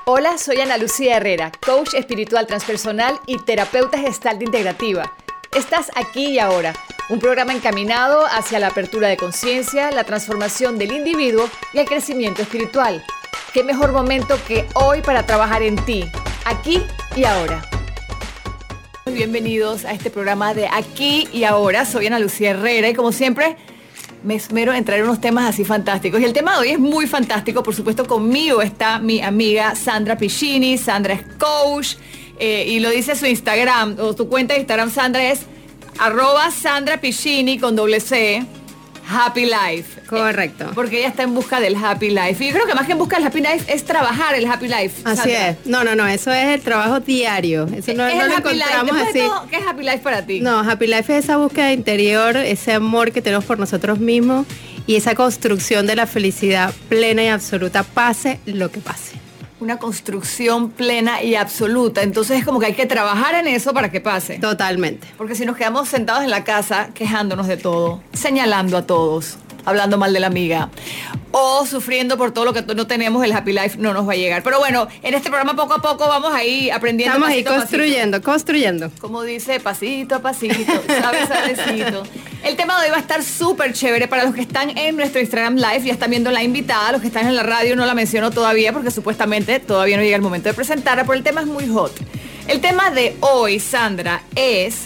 Hola, soy Ana Lucía Herrera, coach espiritual transpersonal y terapeuta gestalt integrativa. Estás aquí y ahora, un programa encaminado hacia la apertura de conciencia, la transformación del individuo y el crecimiento espiritual. ¿Qué mejor momento que hoy para trabajar en ti, aquí y ahora? Bienvenidos a este programa de Aquí y Ahora. Soy Ana Lucía Herrera y como siempre me esmero en traer unos temas así fantásticos. Y el tema de hoy es muy fantástico. Por supuesto, conmigo está mi amiga Sandra Piccini. Sandra es coach y lo dice su Instagram, o su cuenta de Instagram, Sandra, es @SandraPiccini con doble C, Happy Life. Correcto. Porque ella está en busca del Happy Life. Y yo creo que más que en busca del Happy Life es trabajar el Happy Life. Así Sandra. es. No, eso es el trabajo diario. Eso no lo encontramos así. ¿Qué es Happy Life para ti? No, Happy Life es esa búsqueda interior, ese amor que tenemos por nosotros mismos y esa construcción de la felicidad plena y absoluta, pase lo que pase. Una construcción plena y absoluta. Entonces es como que hay que trabajar en eso para que pase. Totalmente. Porque si nos quedamos sentados en la casa quejándonos de todo, señalando a todos, hablando mal de la amiga o sufriendo por todo lo que no tenemos, el Happy Life no nos va a llegar. Pero bueno, en este programa poco a poco vamos ahí aprendiendo. Estamos ahí construyendo. Como dice, pasito a pasito, suavecito. El tema de hoy va a estar súper chévere para los que están en nuestro Instagram Live. Ya están viendo la invitada, los que están en la radio no la menciono todavía porque supuestamente todavía no llega el momento de presentarla, pero el tema es muy hot. El tema de hoy, Sandra, es...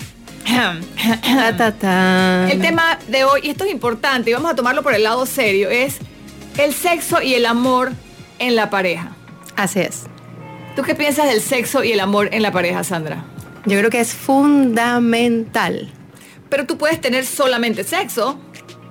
El tema de hoy, y esto es importante y vamos a tomarlo por el lado serio, es el sexo y el amor en la pareja. Así es. ¿Tú qué piensas del sexo y el amor en la pareja, Sandra? Yo creo que es fundamental. Pero tú puedes tener solamente sexo.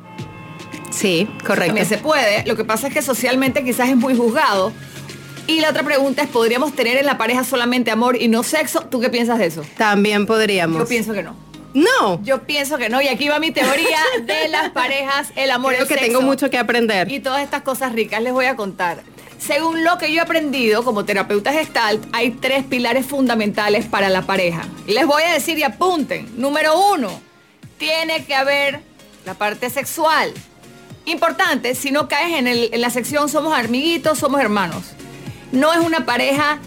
Sí, correcto. También se puede. Lo que pasa es que socialmente quizás es muy juzgado. Y la otra pregunta es, ¿podríamos tener en la pareja solamente amor y no sexo? ¿Tú qué piensas de eso? También podríamos. Yo pienso que no. No. Yo pienso que no. Y aquí va mi teoría de las parejas, el amor, Creo el que sexo. tengo mucho que aprender. Y todas estas cosas ricas les voy a contar. Según lo que yo he aprendido como terapeuta gestalt, hay 3 pilares fundamentales para la pareja. Les voy a decir y apunten. Número 1, tiene que haber la parte sexual. Importante, si no caes en la sección somos amiguitos, somos hermanos. No es una pareja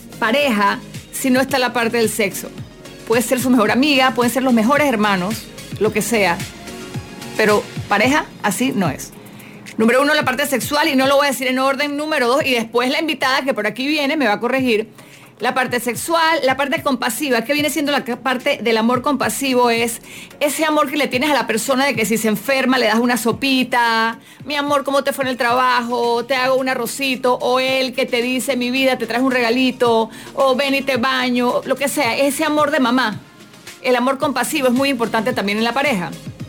si no está la parte del sexo. Puede ser su mejor amiga, pueden ser los mejores hermanos, lo que sea. Pero pareja así no es. Número 1, la parte sexual, y no lo voy a decir en orden. Número 2, y después la invitada que por aquí viene me va a corregir. La parte sexual, la parte compasiva, que viene siendo la parte del amor compasivo, es ese amor que le tienes a la persona de que si se enferma le das una sopita, mi amor, ¿cómo te fue en el trabajo? Te hago un arrocito, o él que te dice, mi vida, te traes un regalito, o ven y te baño, lo que sea, ese amor de mamá. El amor compasivo es muy importante también en la pareja.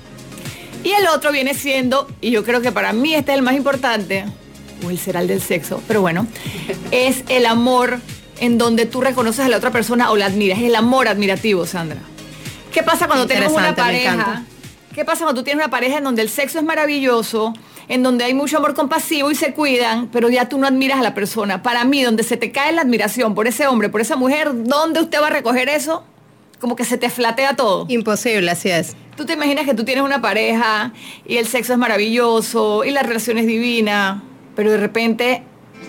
Y el otro viene siendo, y yo creo que para mí este es el más importante, o el será el del sexo, pero bueno, es el amor en donde tú reconoces a la otra persona o la admiras. Es el amor admirativo, Sandra. ¿Qué pasa cuando tenemos una pareja? ¿Qué pasa cuando tú tienes una pareja en donde el sexo es maravilloso, en donde hay mucho amor compasivo y se cuidan, pero ya tú no admiras a la persona? Para mí, donde se te cae la admiración por ese hombre, por esa mujer, ¿dónde usted va a recoger eso? Como que se te flatea todo. Imposible, así es. Tú te imaginas que tú tienes una pareja y el sexo es maravilloso y la relación es divina, pero de repente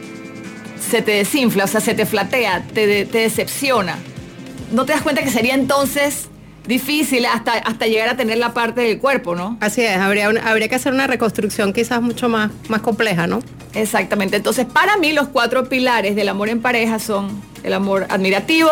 se te desinfla, o sea, se te flatea, te decepciona. ¿No te das cuenta que sería entonces difícil hasta llegar a tener la parte del cuerpo, no? Así es, habría que hacer una reconstrucción quizás mucho más compleja, ¿no? Exactamente. Entonces, para mí, los 4 pilares del amor en pareja son el amor admirativo,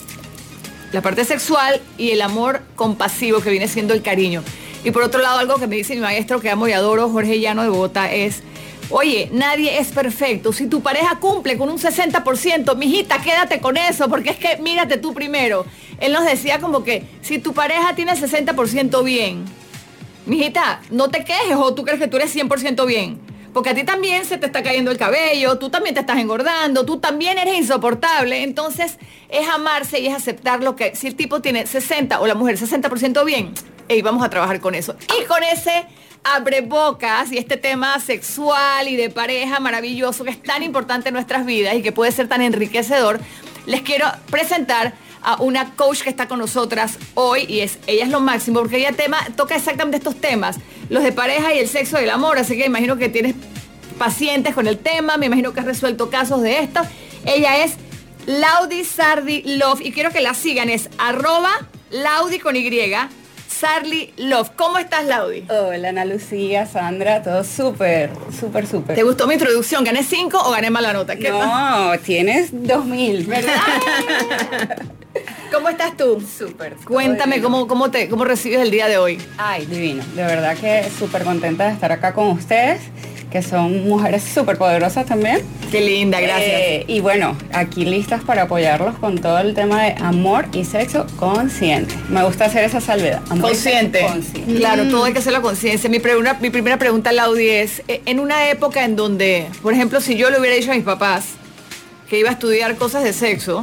la parte sexual y el amor compasivo, que viene siendo el cariño. Y por otro lado, algo que me dice mi maestro, que amo y adoro, Jorge Llano de Bogotá, es: oye, nadie es perfecto. Si tu pareja cumple con un 60%, mijita, quédate con eso, porque es que mírate tú primero. Él nos decía como que si tu pareja tiene el 60% bien, mijita, no te quejes, o tú crees que tú eres 100% bien. Porque a ti también se te está cayendo el cabello, tú también te estás engordando, tú también eres insoportable. Entonces es amarse y es aceptar lo que... Si el tipo tiene 60 o la mujer 60% bien, vamos a trabajar con eso. Y con ese abrebocas y este tema sexual y de pareja maravilloso que es tan importante en nuestras vidas y que puede ser tan enriquecedor, les quiero presentar a una coach que está con nosotras hoy y ella es lo máximo porque ella toca exactamente estos temas, los de pareja y el sexo y el amor, así que imagino que tienes pacientes con el tema, me imagino que has resuelto casos de esto Ella es Laudi Sardi Love y quiero que la sigan, es @Laudi con Y, Sardi Love. ¿Cómo estás, Laudi? Hola, Ana Lucía, Sandra, todo súper. ¿Te gustó mi introducción? ¿Gané 5 o gané mala nota? No, tienes 2000. ¿Verdad? ¿Cómo estás tú? Súper. Cuéntame cómo recibes el día de hoy. Ay, divino. De verdad que súper contenta de estar acá con ustedes, que son mujeres súper poderosas también. Qué linda, gracias. Y bueno, aquí listas para apoyarlos con todo el tema de amor y sexo consciente. Me gusta hacer esa salvedad. Amor consciente. Y sexo consciente. Claro, todo hay que hacerlo conciencia. Mi primera pregunta, Laudi, es, en una época en donde, por ejemplo, si yo le hubiera dicho a mis papás que iba a estudiar cosas de sexo,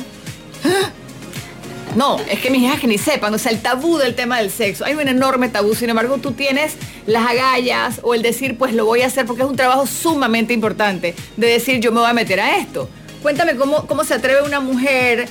no, es que mis hijas que ni sepan, o sea, el tabú del tema del sexo. Hay un enorme tabú, sin embargo, tú tienes las agallas o el decir, pues lo voy a hacer porque es un trabajo sumamente importante de decir, yo me voy a meter a esto. Cuéntame cómo se atreve una mujer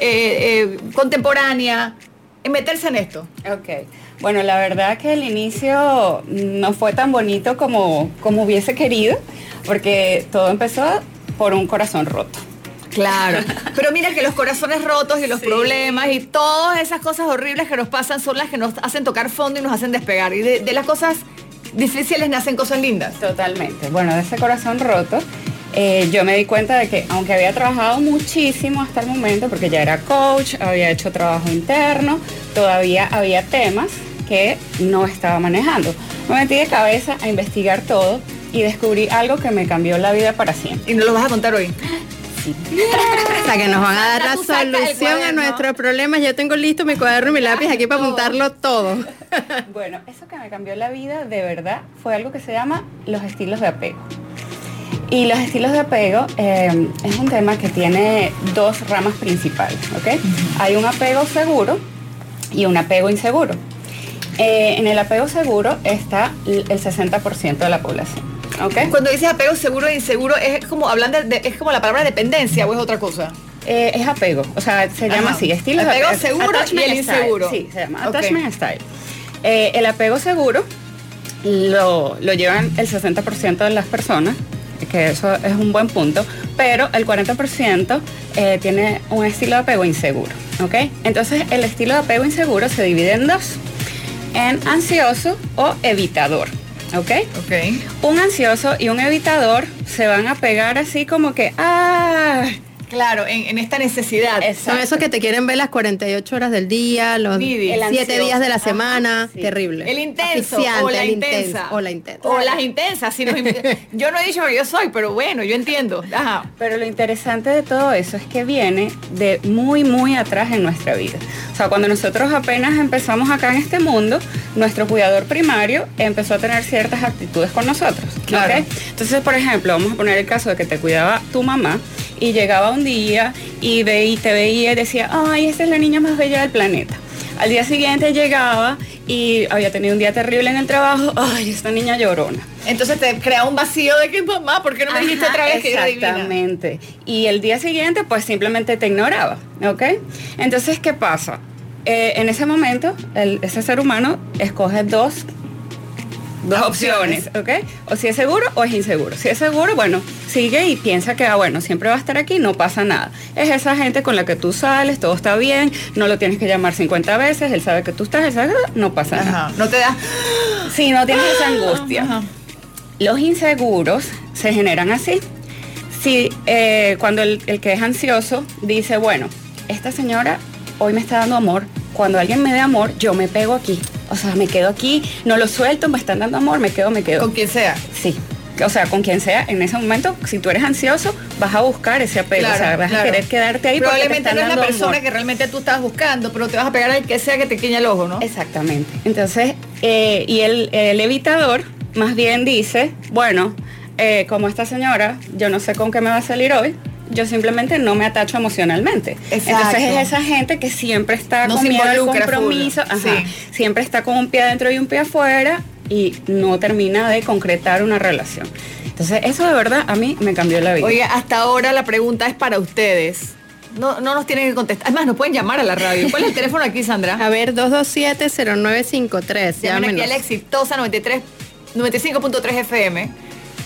contemporánea en meterse en esto. Ok. Bueno, la verdad que el inicio no fue tan bonito como hubiese querido, porque todo empezó por un corazón roto. Claro, pero mira que los corazones rotos y los problemas y todas esas cosas horribles que nos pasan son las que nos hacen tocar fondo y nos hacen despegar. Y de las cosas difíciles nacen cosas lindas. Totalmente. Bueno, de ese corazón roto, yo me di cuenta de que aunque había trabajado muchísimo hasta el momento, porque ya era coach, había hecho trabajo interno, todavía había temas que no estaba manejando. Me metí de cabeza a investigar todo y descubrí algo que me cambió la vida para siempre. ¿Y nos lo vas a contar hoy? Sí. O sea, que nos van a dar la solución a nuestros problemas. Yo tengo listo mi cuaderno y mi lápiz aquí para apuntarlo todo. Bueno, eso que me cambió la vida de verdad fue algo que se llama los estilos de apego. Y los estilos de apego es un tema que tiene dos ramas principales, ¿ok? Hay un apego seguro y un apego inseguro. En el apego seguro está el 60% de la población. Okay. Cuando dices apego seguro e inseguro, es como es como la palabra dependencia o es otra cosa. Es apego, o sea, se llama así, estilo apego seguro y el inseguro. Sí, se llama attachment style. El apego seguro lo llevan el 60% de las personas, que eso es un buen punto, pero el 40% tiene un estilo de apego inseguro, ¿ok? Entonces, el estilo de apego inseguro se divide en dos, en ansioso o evitador. ¿Ok? Un ansioso y un evitador se van a pegar así como que, claro, en esta necesidad. Son esos que te quieren ver las 48 horas del día, los 7 días de la semana. Sí. Terrible. El intenso o la intensa. O la intensa. O las intensas. Yo no he dicho que yo soy, pero bueno, yo entiendo. Ajá. Pero lo interesante de todo eso es que viene de muy, muy atrás en nuestra vida. O sea, cuando nosotros apenas empezamos acá en este mundo, nuestro cuidador primario empezó a tener ciertas actitudes con nosotros. Claro. ¿Okay? Entonces, por ejemplo, vamos a poner el caso de que te cuidaba tu mamá y llegaba un día y te veía y decía, ay, esta es la niña más bella del planeta. Al día siguiente llegaba y había tenido un día terrible en el trabajo, ay, esta niña llorona. Entonces te crea un vacío de que, mamá, ¿por qué no me dijiste otra vez que era divina? Exactamente. Y el día siguiente, pues simplemente te ignoraba, ¿ok? Entonces, ¿qué pasa? En ese momento, ese ser humano escoge dos opciones, ¿ok? O si es seguro o es inseguro. Si es seguro, bueno, sigue y piensa que, bueno, siempre va a estar aquí, no pasa nada. Es esa gente con la que tú sales, todo está bien, no lo tienes que llamar 50 veces, él sabe que tú estás, él sabe que no pasa nada. No te da... Sí, no tienes esa angustia. Ajá. Los inseguros se generan así. Si cuando el que es ansioso dice, bueno, esta señora hoy me está dando amor, cuando alguien me dé amor, yo me pego aquí. O sea, me quedo aquí, no lo suelto, me están dando amor, me quedo. Con quien sea. Sí. O sea, con quien sea, en ese momento, si tú eres ansioso, vas a buscar ese apego. Claro, o sea, vas a querer quedarte ahí. Probablemente no es la persona que realmente tú estás buscando, pero te vas a pegar al que sea que te quiña el ojo, ¿no? Exactamente. Entonces, y el evitador más bien dice, bueno, como esta señora, yo no sé con qué me va a salir hoy, yo simplemente no me atacho emocionalmente. Exacto. Entonces es esa gente que siempre está con miedo al compromiso, siempre está con un pie adentro y un pie afuera y no termina de concretar una relación. Entonces eso de verdad a mí me cambió la vida. Oiga, hasta ahora la pregunta es para ustedes. No nos tienen que contestar. Además, nos pueden llamar a la radio. ¿Cuál es el teléfono aquí, Sandra? A ver, 227-0953. Llamen aquí a la exitosa 95.3 FM.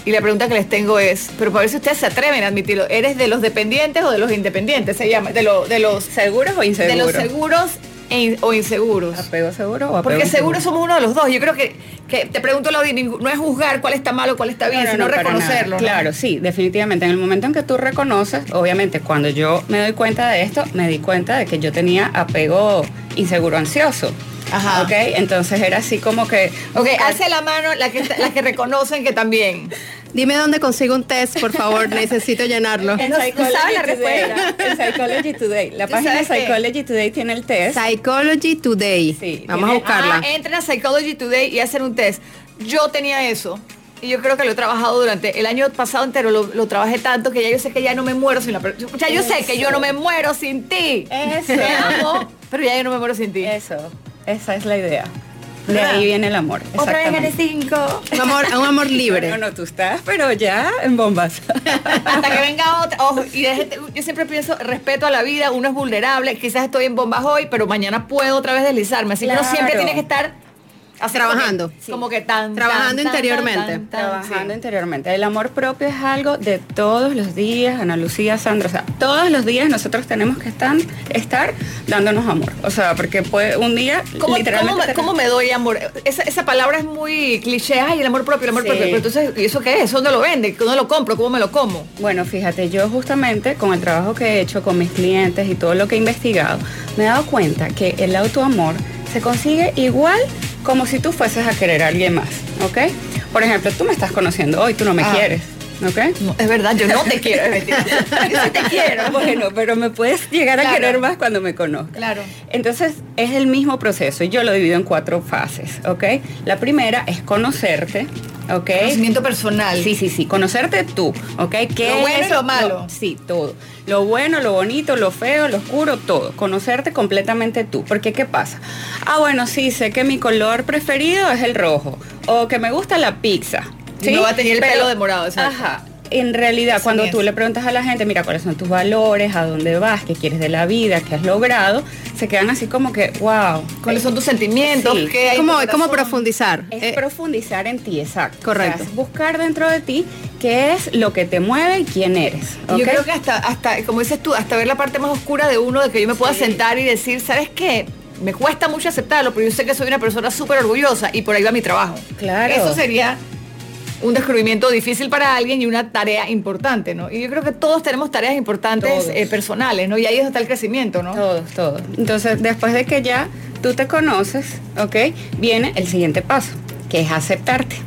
Y la pregunta que les tengo es, pero para ver si ustedes se atreven a admitirlo, ¿eres de los dependientes o de los independientes? Se llama, de los ¿Seguros o inseguros? De los seguros o inseguros. ¿Apego seguro o apego Porque inseguro? seguros somos uno de los dos. Yo creo que te pregunto, Laudi, no es juzgar cuál está mal o cuál está bien, sino para reconocerlo. nada. ¿no? Claro, sí, definitivamente. En el momento en que tú reconoces, obviamente, cuando yo me doy cuenta de esto, me di cuenta de que yo tenía apego inseguro ansioso. Ajá. ¿Ok? Entonces era así como que... Ok, alce la mano las que reconocen que también. Dime dónde consigo un test, por favor, necesito llenarlo. En No, Psychology ¿sabes la Today, respuesta? en Psychology Today. La ¿Tú página de sabes qué? Psychology Today tiene el test. Psychology Today. Sí, Vamos a tiene- buscarla. Entren a Psychology Today y hacen un test. Yo tenía eso. Y yo creo que lo he trabajado durante el año pasado entero, lo trabajé tanto que ya yo sé que ya no me muero sin la persona. O sea, yo sé que yo no me muero sin ti. Eso. Te amo, pero ya yo no me muero sin ti. Eso, esa es la idea. De ¿Verdad? ahí viene el amor. Otra vez Exactamente. eres 5. Un amor libre. No, tú estás, pero ya en bombas. Hasta que venga otra. Ojo, y yo siempre pienso, respeto a la vida, uno es vulnerable, quizás estoy en bombas hoy, pero mañana puedo otra vez deslizarme. Así que uno Claro. siempre tiene que estar así Trabajando. Como que tan. Trabajando tan, interiormente. Trabajando sí. interiormente. El amor propio es algo de todos los días, Ana Lucía, Sandra, o sea, todos los días nosotros tenemos que estar dándonos amor. O sea, porque puede un día literalmente... ¿Cómo me doy amor? Esa palabra es muy cliché. Ay, el amor propio, el amor Sí. propio. Pero entonces, ¿y eso qué es? ¿Dónde lo vende? ¿Dónde lo compro? ¿Cómo me lo como? Bueno, fíjate, yo justamente con el trabajo que he hecho con mis clientes y todo lo que he investigado, me he dado cuenta que el autoamor se consigue igual como si tú fueses a querer a alguien más, ¿ok? Por ejemplo, tú me estás conociendo hoy, tú no me quieres, ¿ok? No, es verdad, yo no te quiero. Es mentira. Yo sí te quiero. Bueno, pero me puedes llegar a Claro. querer más cuando me conozcas. Claro. Entonces, es el mismo proceso y yo lo divido en 4 fases, ¿ok? La primera es conocerte, ¿ok? Conocimiento personal. Sí, conocerte tú, ¿ok? ¿Qué Lo bueno es y lo malo. Sí, todo. Lo bueno, lo bonito, lo feo, lo oscuro, todo. Conocerte completamente tú. Porque, ¿qué pasa? Ah, bueno, sí, sé que mi color preferido es el rojo o que me gusta la pizza. Y no va a tener el pelo de morado, exacto. Ajá. En realidad, cuando es. tú le preguntas a la gente, mira, cuáles son tus valores, a dónde vas, qué quieres de la vida, qué has logrado, se quedan así como que, wow. ¿Cuáles son tus sentimientos? Sí. ¿Qué hay en tu Es como corazón? profundizar. Es profundizar en ti, exacto. Correcto. O sea, es buscar dentro de ti qué es lo que te mueve y quién eres. Y yo ¿ok? creo que hasta, como dices tú, hasta ver la parte más oscura de uno, de que yo me pueda sentar y decir, ¿sabes qué? Me cuesta mucho aceptarlo, pero yo sé que soy una persona súper orgullosa y por ahí va mi trabajo. Claro. Eso sería un descubrimiento difícil para alguien y una tarea importante, ¿no? Y yo creo que todos tenemos tareas importantes Todos. personales, ¿no? Y ahí es donde está el crecimiento, ¿no? Todos. Entonces, después de que ya tú te conoces, ¿ok? Viene el siguiente paso, que es aceptarte,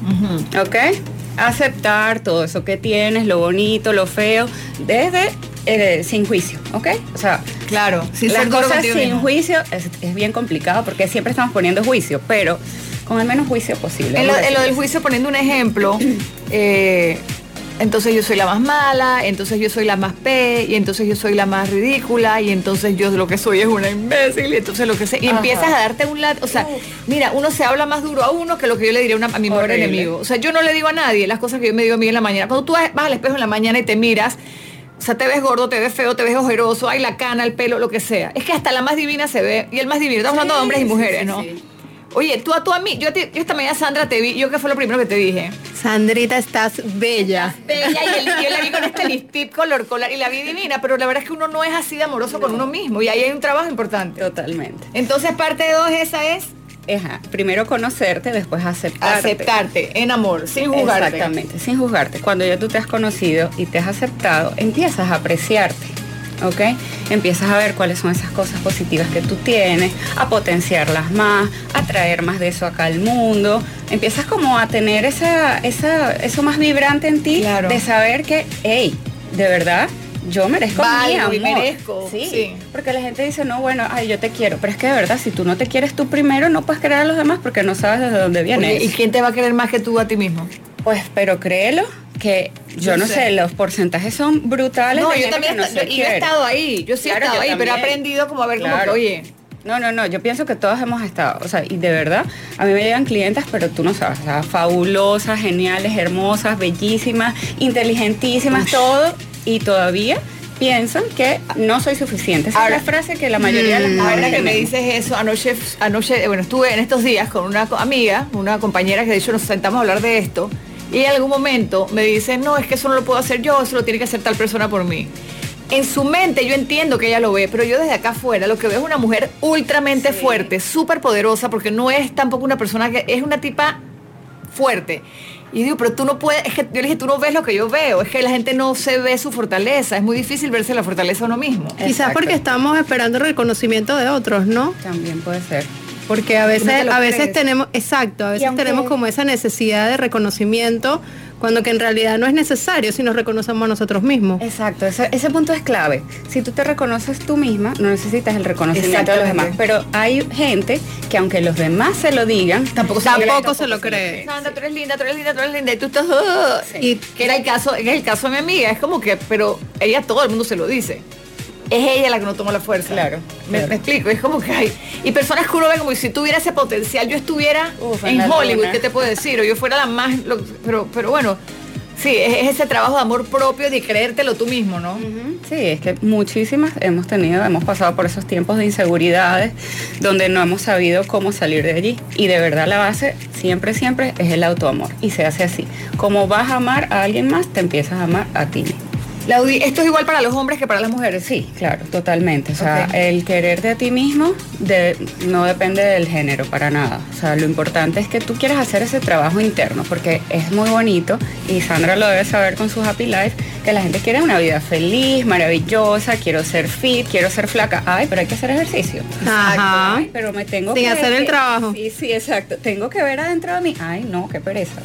¿ok? Aceptar todo eso que tienes, lo bonito, lo feo, desde sin juicio, ¿ok? O sea, Claro, sin las ser duro cosas contigo sin mismo. juicio es bien complicado porque siempre estamos poniendo juicio, pero con el menos juicio posible. En lo Vamos a del decir. juicio, poniendo un ejemplo, entonces yo soy la más mala, entonces yo soy la más P, y entonces yo soy la más ridícula, y entonces yo lo que soy es una imbécil, y entonces lo que sé, y Ajá. empiezas a darte un lado, o sea, mira, uno se habla más duro a uno que lo que yo le diría a mi mejor Horrible. enemigo. O sea, yo no le digo a nadie las cosas que yo me digo a mí en la mañana. Cuando tú vas al espejo en la mañana y te miras, o sea, te ves gordo, te ves feo, te ves ojeroso, hay la cana, el pelo, lo que sea. Es que hasta la más divina se ve, y el más divino, estamos hablando de hombres y mujeres, sí, ¿no? sí. Oye, tú a mí, yo esta mañana, Sandra, te vi, yo qué fue lo primero que te dije. Sandrita, estás bella. Bella, y yo la vi con este lip tip color colar y la vi divina, pero la verdad es que uno no es así de amoroso con uno mismo y ahí hay un trabajo importante. Totalmente. Entonces, parte 2 esa es Ajá. Primero conocerte, después aceptarte. aceptarte en amor, sin juzgarte. Exactamente, sin juzgarte. Cuando ya tú te has conocido y te has aceptado, empiezas a apreciarte, ¿ok? Empiezas a ver cuáles son esas cosas positivas que tú tienes, a potenciarlas más, a traer más de eso acá al mundo. Empiezas como a tener eso más vibrante en ti, Claro. de saber que, hey, de verdad, yo merezco mi Valgo amor. y merezco, Sí, sí. porque la gente dice, no, bueno, ay, yo te quiero, pero es que de verdad, si tú no te quieres tú primero, no puedes querer a los demás porque no sabes desde dónde viene Oye, ¿y eso. quién te va a querer más que tú a ti mismo? Pues, pero créelo que yo no sé, los porcentajes son brutales. No, de yo gente también que no se y yo he quiere. estado ahí, yo sí Claro, he estado yo ahí, pero he también. aprendido como a ver como que, Claro. oye, No, yo pienso que todos hemos estado, o sea, y de verdad, a mí me llegan clientas, pero tú no sabes, o sea, fabulosas, geniales, hermosas, bellísimas, inteligentísimas, todo, y todavía piensan que no soy suficiente. Esa Ahora- es la frase que la mayoría de las mujeres ahora que me tenemos. dices eso, anoche, bueno, estuve en estos días con una amiga, una compañera que de hecho nos sentamos a hablar de esto, y en algún momento me dice, no, es que eso no lo puedo hacer yo, eso lo tiene que hacer tal persona por mí. En su mente yo entiendo que ella lo ve, pero yo desde acá afuera lo que veo es una mujer ultramente fuerte, súper poderosa, porque no es tampoco una persona que es una tipa fuerte. Y digo, pero tú no puedes, es que yo le dije, tú no ves lo que yo veo, es que la gente no se ve su fortaleza, es muy difícil verse la fortaleza a uno mismo. Quizás porque estamos esperando el reconocimiento de otros, ¿no? También puede ser. Porque a veces tenemos, exacto, a veces tenemos como esa necesidad de reconocimiento cuando que en realidad no es necesario si nos reconocemos a nosotros mismos. Exacto, ese punto es clave. Si tú te reconoces tú misma, no necesitas el reconocimiento de los demás. Pero hay gente que aunque los demás se lo digan, tampoco se lo cree. Sandra, tú eres linda, y tú estás... Sí. Y que era el caso de mi amiga, es como que, pero ella todo el mundo se lo dice. Es ella la que no toma la fuerza. Claro. Me explico, es como que hay... Y personas que uno ve como si tuviera ese potencial, yo estuviera en Hollywood, ¿qué te puedo decir? O yo fuera la más... Pero bueno, sí, es ese trabajo de amor propio, de creértelo tú mismo, ¿no? Sí, es que muchísimas hemos pasado por esos tiempos de inseguridades donde no hemos sabido cómo salir de allí. Y de verdad la base siempre es el autoamor. Y se hace así. Como vas a amar a alguien más, te empiezas a amar a ti mismo. Laudi, ¿esto es igual para los hombres que para las mujeres? Sí, claro, totalmente. O sea, el quererte a ti mismo no depende del género para nada. O sea, lo importante es que tú quieras hacer ese trabajo interno, porque es muy bonito, y Sandra lo debe saber con su Happy Life, que la gente quiere una vida feliz, maravillosa, quiero ser fit, quiero ser flaca. Ay, pero hay que hacer ejercicio. Ajá. Ay, pero me tengo Sin hacer el trabajo. Sí, exacto. Tengo que ver adentro de mí. Ay, no, qué pereza.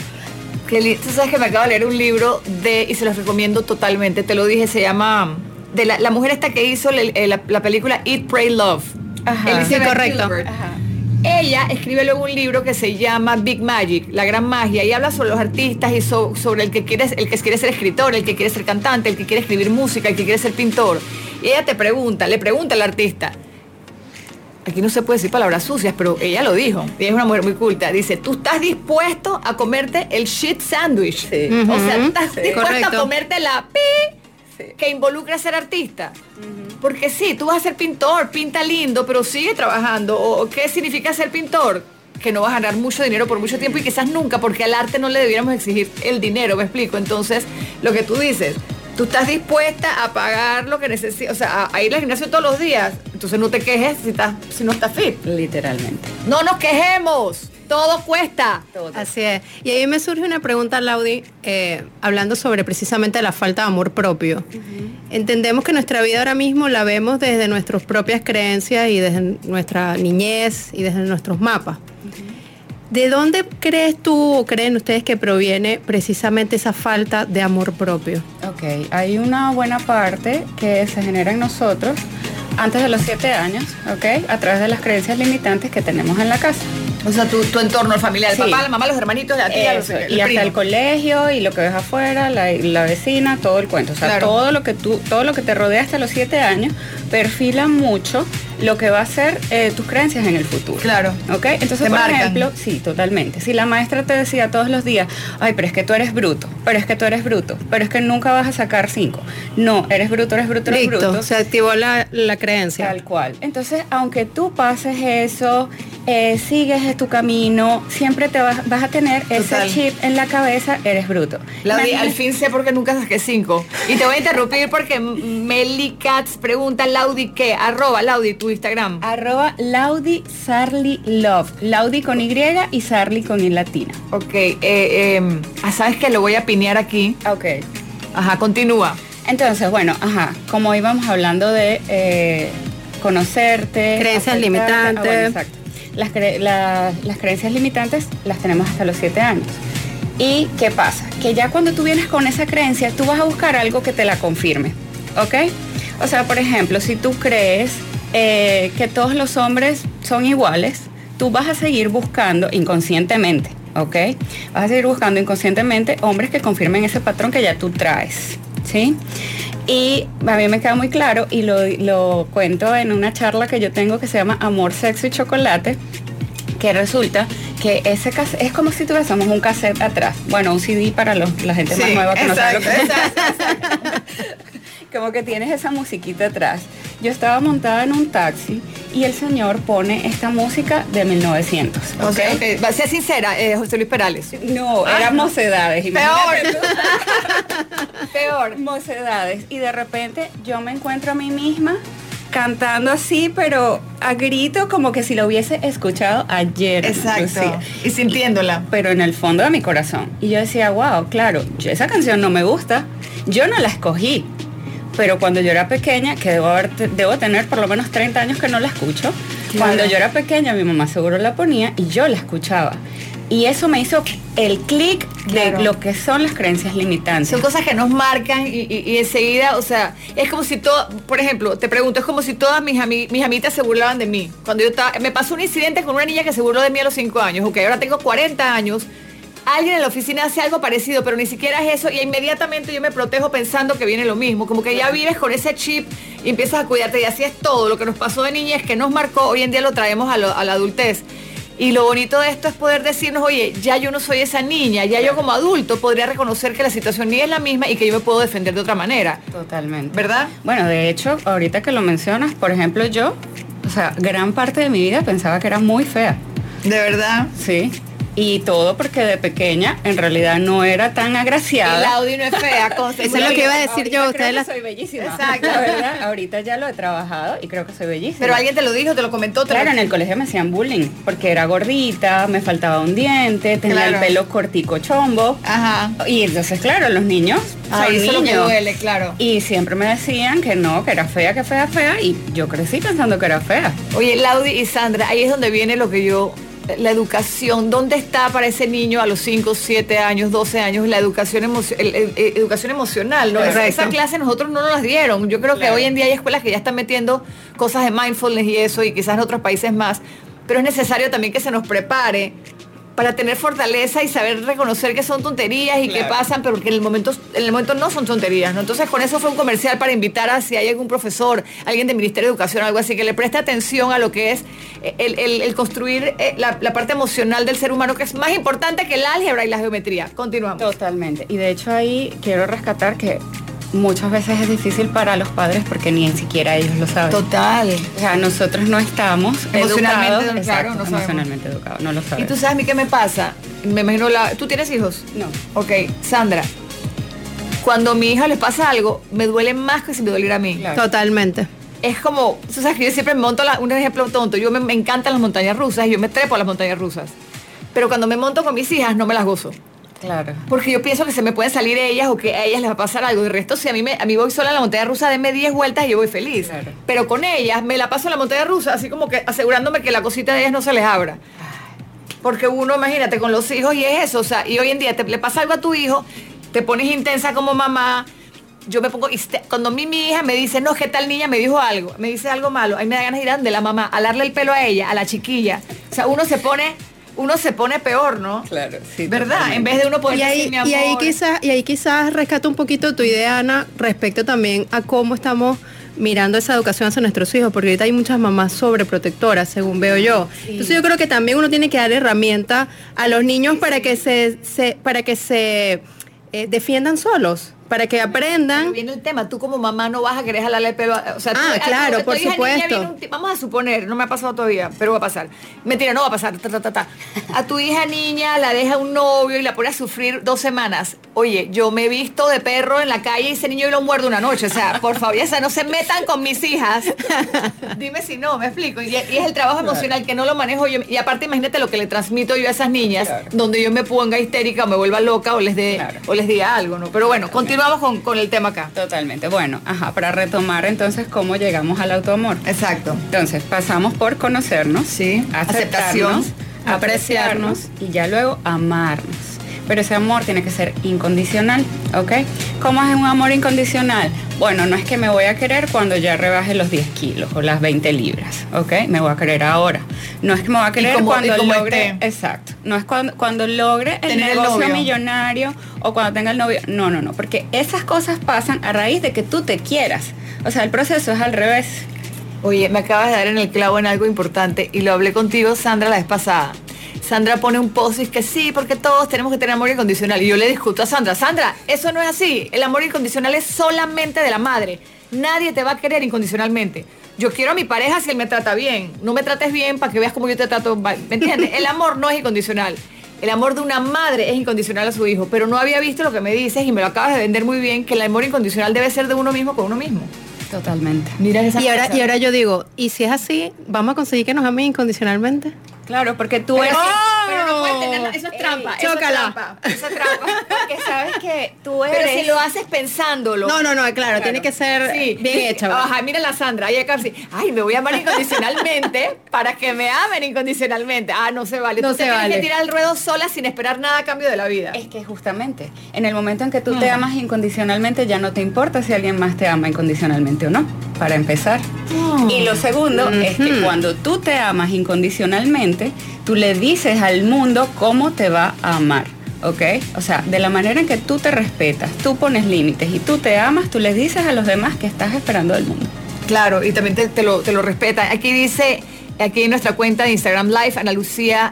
Tú sabes que me acabo de leer un libro y se los recomiendo totalmente, te lo dije, se llama, de la mujer esta que hizo la película Eat, Pray, Love. Ajá. Sí, correcto. Ajá. Ella escribe luego un libro que se llama Big Magic, la gran magia, y habla sobre los artistas y sobre el que quiere ser escritor, el que quiere ser cantante, el que quiere escribir música, el que quiere ser pintor. Y ella le pregunta al artista, aquí no se puede decir palabras sucias, pero ella lo dijo, y es una mujer muy culta, dice, ¿tú estás dispuesto a comerte el shit sandwich? Sí. O sea, ¿estás dispuesto correcto. a comerte la que involucra ser artista? Porque sí, tú vas a ser pintor, pinta lindo, pero sigue trabajando. ¿O qué significa ser pintor? Que no vas a ganar mucho dinero por mucho tiempo y quizás nunca, porque al arte no le debiéramos exigir el dinero, ¿me explico? Entonces, lo que tú dices, tú estás dispuesta a pagar lo que necesitas, o sea, a ir al gimnasio todos los días, entonces no te quejes si no estás fit. Literalmente. No nos quejemos, todo cuesta. Todo. Así es. Y ahí me surge una pregunta, Laudi, hablando sobre precisamente la falta de amor propio. Entendemos que nuestra vida ahora mismo la vemos desde nuestras propias creencias y desde nuestra niñez y desde nuestros mapas. ¿De dónde crees tú o creen ustedes que proviene precisamente esa falta de amor propio? Ok, hay una buena parte que se genera en nosotros antes de los 7 años, ok, a través de las creencias limitantes que tenemos en la casa. O sea, tu entorno, el familiar, el Sí. papá, la mamá, los hermanitos, la tía, Eso, y hasta el colegio y lo que ves afuera, la vecina, todo el cuento. O sea, Claro. todo lo que te rodea hasta los 7 años perfila mucho lo que va a ser tus creencias en el futuro. Claro. ¿Ok? Entonces, Te por marcan. ejemplo, sí, totalmente. Si la maestra te decía todos los días, ay, pero es que tú eres bruto, pero es que tú eres bruto, pero es que nunca vas a sacar 5. No, eres bruto, eres bruto, eres Listo, bruto. se activó la creencia. Tal cual. Entonces, aunque tú pases eso, sigues tu camino, siempre te vas a tener Total. ese chip en la cabeza, eres bruto. Laudi, Imagínate- al fin sé por qué nunca saqué 5. Y te voy a interrumpir porque Meli Katz pregunta, Laudi, ¿qué? @Laudi, tu Instagram. @Laudi Sarli Love. Laudi con Y y Sarli con I latina. Ok, ¿sabes qué? Lo voy a pinear aquí. Ok. Ajá, continúa. Entonces, bueno, ajá, como íbamos hablando de conocerte, Creencias aceptarte. limitantes. Bueno, exacto. Las creencias limitantes las tenemos hasta los 7 años. ¿Y qué pasa? Que ya cuando tú vienes con esa creencia, tú vas a buscar algo que te la confirme, ¿ok? O sea, por ejemplo, si tú crees que todos los hombres son iguales, tú vas a seguir buscando inconscientemente, ¿ok? Vas a seguir buscando inconscientemente hombres que confirmen ese patrón que ya tú traes, ¿sí? Y a mí me queda muy claro y lo cuento en una charla que yo tengo que se llama Amor, Sexo y Chocolate, que resulta que ese cassette es como si tuviésemos un cassette atrás. Bueno, un CD para la gente más nueva que no sabe lo que es. Como que tienes esa musiquita atrás. Yo estaba montada en un taxi y el señor pone esta música de 1900. O sea, okay. Sea sincera, José Luis Perales. No, eran Mocedades. Peor. Peor. Mocedades. Y de repente yo me encuentro a mí misma cantando así, pero a grito, como que si lo hubiese escuchado ayer. Exacto. Y sintiéndola. Pero en el fondo de mi corazón. Y yo decía, wow, claro, esa canción no me gusta. Yo no la escogí. Pero cuando yo era pequeña, que debo tener por lo menos 30 años que no la escucho, claro. Cuando yo era pequeña, mi mamá seguro la ponía y yo la escuchaba. Y eso me hizo el clic de lo que son las creencias limitantes. Son cosas que nos marcan y enseguida, o sea, es como si todo, por ejemplo, te pregunto, es como si todas mis amitas se burlaban de mí. Cuando yo estaba, me pasó un incidente con una niña que se burló de mí a los 5 años, ok, ahora tengo 40 años, alguien en la oficina hace algo parecido, pero ni siquiera es eso, y inmediatamente yo me protejo pensando que viene lo mismo, como que ya vives con ese chip y empiezas a cuidarte, y así es todo. Lo que nos pasó de niñez, que nos marcó, hoy en día lo traemos a la adultez. Y lo bonito de esto es poder decirnos, oye, ya yo no soy esa niña, ya yo como adulto podría reconocer que la situación ni es la misma y que yo me puedo defender de otra manera. Totalmente. ¿Verdad? Bueno, de hecho, ahorita que lo mencionas, por ejemplo, yo, o sea, gran parte de mi vida pensaba que era muy fea. ¿De verdad? Sí. Y todo porque de pequeña en realidad no era tan agraciada. Y la Audi no es fea. Eso es lo que iba a decir yo. Ustedes soy bellísima. Exacto. La verdad, ahorita ya lo he trabajado y creo que soy bellísima. Pero alguien te lo dijo, te lo comentó. Claro, en el colegio me hacían bullying porque era gordita, me faltaba un diente, tenía el pelo cortico chombo. Ajá. Y entonces, claro, los niños son eso niños. Es lo que duele, claro. Y siempre me decían que no, que era fea, y yo crecí pensando que era fea. Oye, Laudi y Sandra, ahí es donde viene lo que yo... La educación, ¿dónde está para ese niño a los 5, 7 años, 12 años la educación, educación emocional? ¿No? Esa clase nosotros no nos las dieron. Yo creo que hoy en día hay escuelas que ya están metiendo cosas de mindfulness y eso, y quizás en otros países más, pero es necesario también que se nos prepare para tener fortaleza y saber reconocer que son tonterías y que pasan, pero que en el momento no son tonterías, ¿no? Entonces con eso fue un comercial para invitar a si hay algún profesor, alguien del Ministerio de Educación, algo así, que le preste atención a lo que es el construir la parte emocional del ser humano, que es más importante que el álgebra y la geometría. Continuamos. Totalmente. Y de hecho ahí quiero rescatar que muchas veces es difícil para los padres porque ni siquiera ellos lo saben. Total. O sea, nosotros no estamos emocionalmente educados, no emocionalmente educados, no lo sabemos. Y tú sabes a mí qué me pasa, me imagino ¿tú tienes hijos? No. Ok, Sandra, cuando a mi hija le pasa algo, me duele más que si me doliera a mí. Claro. Totalmente. Es como, tú sabes que yo siempre me monto, un ejemplo tonto, yo me encantan las montañas rusas y yo me trepo a las montañas rusas, pero cuando me monto con mis hijas no me las gozo. Claro. Porque yo pienso que se me pueden salir ellas o que a ellas les va a pasar algo. De resto, si a mí voy sola en la montaña rusa, denme 10 vueltas y yo voy feliz. Claro. Pero con ellas me la paso en la montaña rusa, así como que asegurándome que la cosita de ellas no se les abra. Porque uno, imagínate, con los hijos y es eso. O sea, y hoy en día le pasa algo a tu hijo, te pones intensa como mamá. Yo me pongo, cuando mi hija me dice, no, que tal niña me dijo algo, me dice algo malo, ahí me da ganas de ir de la mamá, a darle el pelo a ella, a la chiquilla. O sea, uno se pone peor, ¿no? Claro, sí. ¿Verdad? Totalmente. En vez de uno poder decir, mi amor. Y ahí quizás rescata un poquito tu idea, Ana, respecto también a cómo estamos mirando esa educación hacia nuestros hijos, porque ahorita hay muchas mamás sobreprotectoras, según veo yo. Sí. Entonces yo creo que también uno tiene que dar herramientas a los niños para que se defiendan solos, para que aprendan. Pero viene el tema, tú como mamá no vas a querer jalarle el pelo, o sea, claro, por supuesto. Vamos a suponer, no me ha pasado todavía, pero va a pasar. Mentira, no va a pasar. A tu hija niña la deja un novio y la pone a sufrir 2 semanas. Oye, yo me he visto de perro en la calle y ese niño lo muerde una noche. O sea, por favor, ya no se metan con mis hijas. Dime si no, me explico. Y es el trabajo emocional que no lo manejo yo. Y aparte, imagínate lo que le transmito yo a esas niñas, donde yo me ponga histérica o me vuelva loca o les diga algo, ¿no? Pero bueno, continuamos con el tema acá. Totalmente. Bueno, para retomar entonces cómo llegamos al autoamor. Exacto. Entonces, pasamos por conocernos, sí, aceptarnos, apreciarnos y ya luego amarnos. Pero ese amor tiene que ser incondicional, ¿ok? ¿Cómo es un amor incondicional? Bueno, no es que me voy a querer cuando ya rebaje los 10 kilos o las 20 libras, ¿ok? Me voy a querer ahora. No es que me voy a querer cuando logre... Exacto. No es cuando logre el negocio millonario o cuando tenga el novio. No, porque esas cosas pasan a raíz de que tú te quieras. O sea, el proceso es al revés. Oye, me acabas de dar en el clavo en algo importante y lo hablé contigo, Sandra, la vez pasada. Sandra pone un post y es que sí, porque todos tenemos que tener amor incondicional. Y yo le discuto a Sandra, eso no es así. El amor incondicional es solamente de la madre. Nadie te va a querer incondicionalmente. Yo quiero a mi pareja si él me trata bien. No me trates bien para que veas cómo yo te trato. ¿Me entiendes? El amor no es incondicional. El amor de una madre es incondicional a su hijo. Pero no había visto lo que me dices y me lo acabas de vender muy bien, que el amor incondicional debe ser de uno mismo con uno mismo. Totalmente. Mira esa Y ahora yo digo, ¿y si es así, vamos a conseguir que nos amen incondicionalmente? Claro, porque tú eres... Pero no puedes tener... Eso es trampa. Eso es chócala. trampa. Eso es trampa. Porque sabes que tú eres... Pero si lo haces pensándolo. No, claro, tiene que ser bien hecha. Ajá, mira la Sandra, ahí acá sí. Ay, me voy a amar incondicionalmente para que me amen incondicionalmente. Ah, no se vale. No Tú te se tienes vale. que tirar el ruedo sola sin esperar nada a cambio de la vida. Es que justamente, en el momento en que tú te amas incondicionalmente, ya no te importa si alguien más te ama incondicionalmente o no, para empezar. Y lo segundo es que cuando tú te amas incondicionalmente, tú le dices al mundo cómo te va a amar, ¿ok? O sea, de la manera en que tú te respetas, tú pones límites y tú te amas, tú les dices a los demás que estás esperando del mundo. Claro, y también te lo respetan. Aquí dice, aquí en nuestra cuenta de Instagram Live, Ana Lucía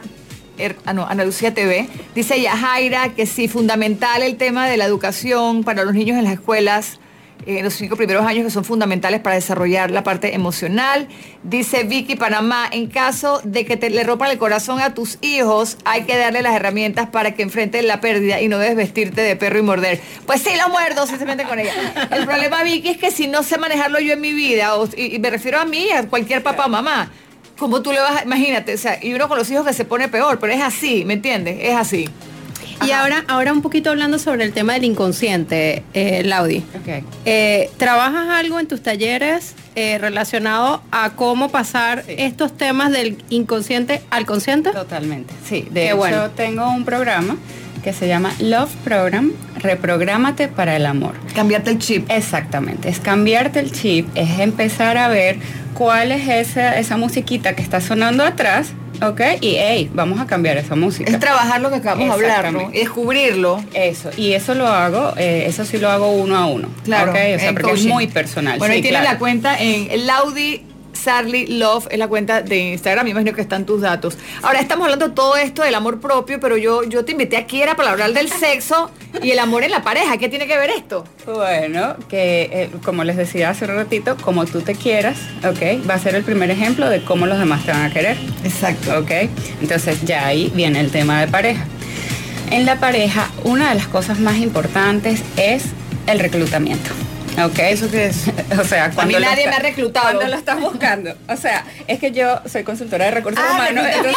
TV, dice Yajaira que sí, fundamental el tema de la educación para los niños en las escuelas, los 5 primeros años, que son fundamentales para desarrollar la parte emocional. Dice Vicky Panamá, en caso de que le rompan el corazón a tus hijos, hay que darle las herramientas para que enfrenten la pérdida y no debes vestirte de perro y morder. Pues sí, lo muerdo si se meten con ella. El problema, Vicky, es que si no sé manejarlo yo en mi vida, y me refiero a mí, a cualquier papá o mamá, como tú le vas a, imagínate, o sea, y uno con los hijos que se pone peor, pero es así, ¿me entiendes? Es así. Y ahora un poquito hablando sobre el tema del inconsciente, Laudi. Okay. ¿Trabajas algo en tus talleres relacionado a cómo pasar estos temas del inconsciente al consciente? Totalmente, sí. De Qué hecho, bueno. tengo un programa que se llama Love Program, Reprográmate para el Amor. Cambiarte el chip. Exactamente, es cambiarte el chip, es empezar a ver cuál es esa musiquita que está sonando atrás, ¿ok? Y hey, vamos a cambiar esa música. Es trabajar lo que acabamos de hablar, ¿no? Exactamente. Y descubrirlo. Eso, y eso lo hago, eso sí lo hago uno a uno. Claro, ¿ok? O sea, en porque es coaching. muy personal. Bueno, sí, ahí tiene claro. la cuenta en Laudi Sarli Love, es la cuenta de Instagram, me imagino que están tus datos. Ahora estamos hablando de todo esto del amor propio, pero yo te invité aquí era para hablar del sexo y el amor en la pareja. ¿Qué tiene que ver esto? Bueno, que como les decía hace un ratito, como tú te quieras, ¿ok? Va a ser el primer ejemplo de cómo los demás te van a querer. Exacto. ¿Ok? Entonces ya ahí viene el tema de pareja. En la pareja, una de las cosas más importantes es el reclutamiento. ¿Ok? ¿Eso qué es? O sea, cuando A mí nadie me ha reclutado. Cuando lo estás buscando. O sea, es que yo soy consultora de recursos humanos, entonces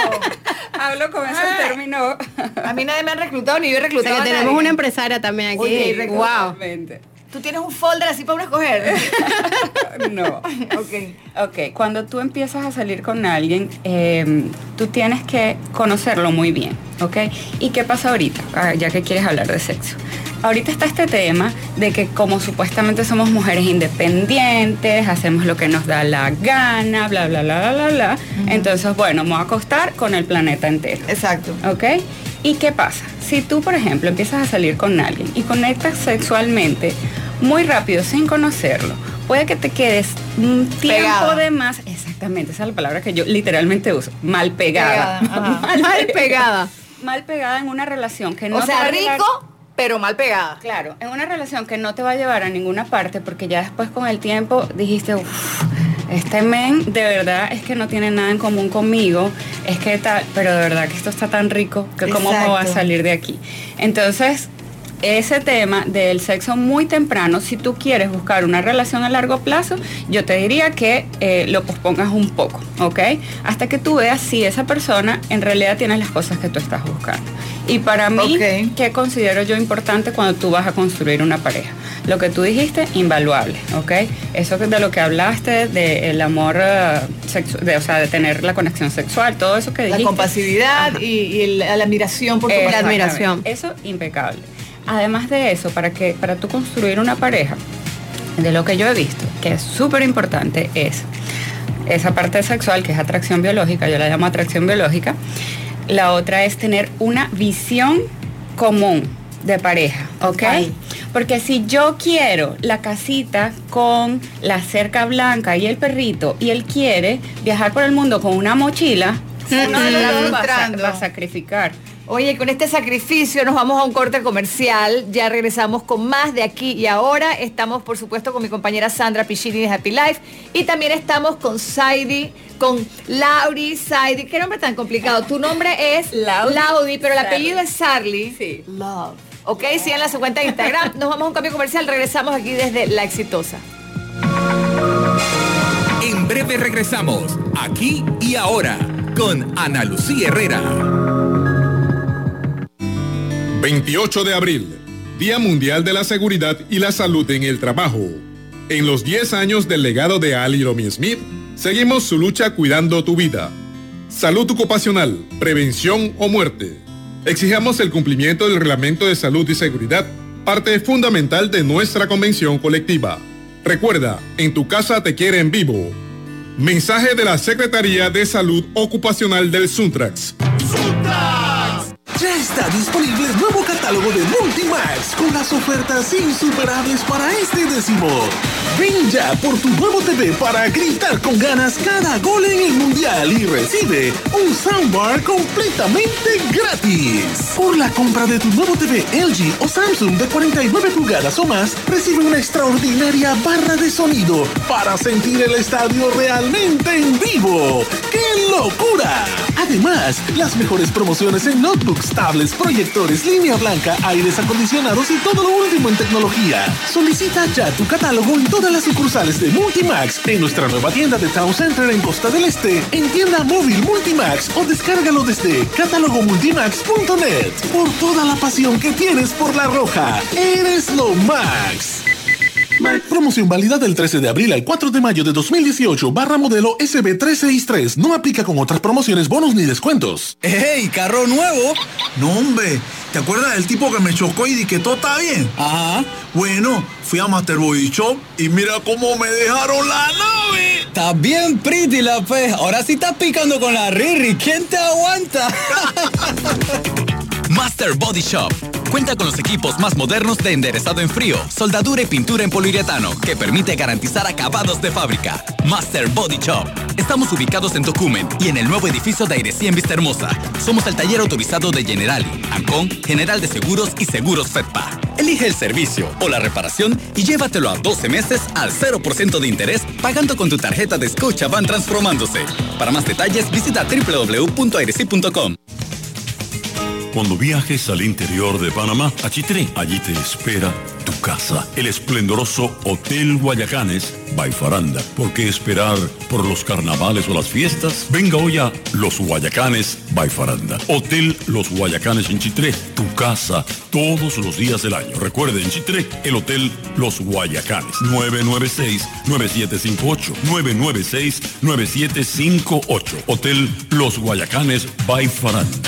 hablo con ese término. A mí nadie me ha reclutado ni yo he O sea, reclutado que a tenemos nadie. una empresaria también aquí. Oye, Wow. Totalmente. Tú tienes un folder así para uno escoger. No. Ok. Ok, cuando tú empiezas a salir con alguien, tú tienes que conocerlo muy bien, ¿ok? ¿Y qué pasa ahorita? Ya que quieres hablar de sexo. Ahorita está este tema de que como supuestamente somos mujeres independientes, hacemos lo que nos da la gana, bla, bla, bla, bla, bla, bla. Entonces, bueno, me voy a acostar con el planeta entero. Exacto. ¿Ok? ¿Y qué pasa? Si tú, por ejemplo, empiezas a salir con alguien y conectas sexualmente muy rápido sin conocerlo, puede que te quedes un tiempo Pegada. de más, exactamente, esa es la palabra que yo literalmente uso, mal pegada. Ajá. Mal pegada. Mal pegada en una relación que no O te sea, va a llevar- rico, pero mal pegada. Claro, en una relación que no te va a llevar a ninguna parte porque ya después con el tiempo dijiste, uff, este men de verdad es que no tiene nada en común conmigo, es que tal, pero de verdad que esto está tan rico que cómo me voy a Exacto. salir de aquí. Entonces, ese tema del sexo muy temprano, si tú quieres buscar una relación a largo plazo, yo te diría que lo pospongas un poco, ¿ok? Hasta que tú veas si esa persona en realidad tiene las cosas que tú estás buscando. Y para mí, Ok. ¿qué considero yo importante cuando tú vas a construir una pareja? Lo que tú dijiste, invaluable, ¿ok? Eso de lo que hablaste, del amor sexual, o sea, de tener la conexión sexual, todo eso que La dijiste. compasividad Ajá. y la admiración por tu la pareja. admiración. Eso, impecable. Además de eso, para tú construir una pareja, de lo que yo he visto, que es súper importante, es esa parte sexual, que es atracción biológica, yo la llamo atracción biológica. La otra es tener una visión común de pareja, ¿ok? Total. Porque si yo quiero la casita con la cerca blanca y el perrito, y él quiere viajar por el mundo con una mochila, uno de los dos va a frustrando. sacrificar. Oye, con este sacrificio nos vamos a un corte comercial. Ya regresamos con más de Aquí y Ahora. Estamos, por supuesto, con mi compañera Sandra Pichini de Happy Life. Y también estamos con Saidi, con Lauri Saidi. ¿Qué nombre tan complicado? Tu nombre es Laudi, pero el apellido es Sarli. Sí. Love. Ok, síganla en su cuenta de Instagram. Nos vamos a un cambio comercial. Regresamos aquí desde La Exitosa. En breve regresamos. Aquí y Ahora. Con Ana Lucía Herrera. 28 de abril, Día Mundial de la Seguridad y la Salud en el Trabajo. En los 10 años del legado de Ali Romy Smith, seguimos su lucha cuidando tu vida. Salud ocupacional, prevención o muerte. Exijamos el cumplimiento del Reglamento de Salud y Seguridad, parte fundamental de nuestra convención colectiva. Recuerda, en tu casa te quieren vivo. Mensaje de la Secretaría de Salud Ocupacional del Suntrax. Ya está disponible el nuevo catálogo de Multimax con las ofertas insuperables para este décimo. Ven ya por tu nuevo TV para gritar con ganas cada gol en el Mundial y recibe un soundbar completamente gratis. Por la compra de tu nuevo TV LG o Samsung de 49 pulgadas o más, recibe una extraordinaria barra de sonido para sentir el estadio realmente en vivo. ¡Qué locura! Además, las mejores promociones en notebooks, tablets, proyectores, línea blanca, aires acondicionados y todo lo último en tecnología. Solicita ya tu catálogo en todas las sucursales de Multimax, en nuestra nueva tienda de Town Center en Costa del Este, en tienda móvil Multimax o descárgalo desde catálogomultimax.net. Por toda la pasión que tienes por la roja, eres lo max. Promoción válida del 13 de abril al 4 de mayo de 2018, modelo SB363. No aplica con otras promociones, bonos ni descuentos. ¡Ey, carro nuevo! No, hombre, ¿te acuerdas del tipo que me chocó y di que todo está bien? Ajá. Bueno, fui a Master Body Shop y mira cómo me dejaron la nave. Está bien pretty la fe. Ahora sí estás picando con la Riri. ¿Quién te aguanta? Master Body Shop cuenta con los equipos más modernos de enderezado en frío, soldadura y pintura en poliuretano que permite garantizar acabados de fábrica. Master Body Shop. Estamos ubicados en Tocumen y en el nuevo edificio de Airecía en Vista Hermosa. Somos el taller autorizado de Generali, Ancon, General de Seguros y Seguros Fedpa. Elige el servicio o la reparación y llévatelo a 12 meses al 0% de interés pagando con tu tarjeta de Scotiabank transformándose. Para más detalles visita www.airecía.com. Cuando viajes al interior de Panamá, a Chitré, allí te espera tu casa, el esplendoroso Hotel Guayacanes by Faranda. ¿Por qué esperar por los carnavales o las fiestas? Venga hoy a Los Guayacanes by Faranda. Hotel Los Guayacanes en Chitré, tu casa todos los días del año. Recuerde, en Chitré, el Hotel Los Guayacanes. 996-9758. 996-9758. Hotel Los Guayacanes by Faranda.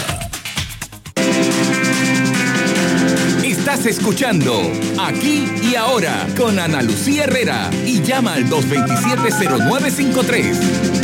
Estás escuchando Aquí y Ahora con Ana Lucía Herrera y llama al 227-0953.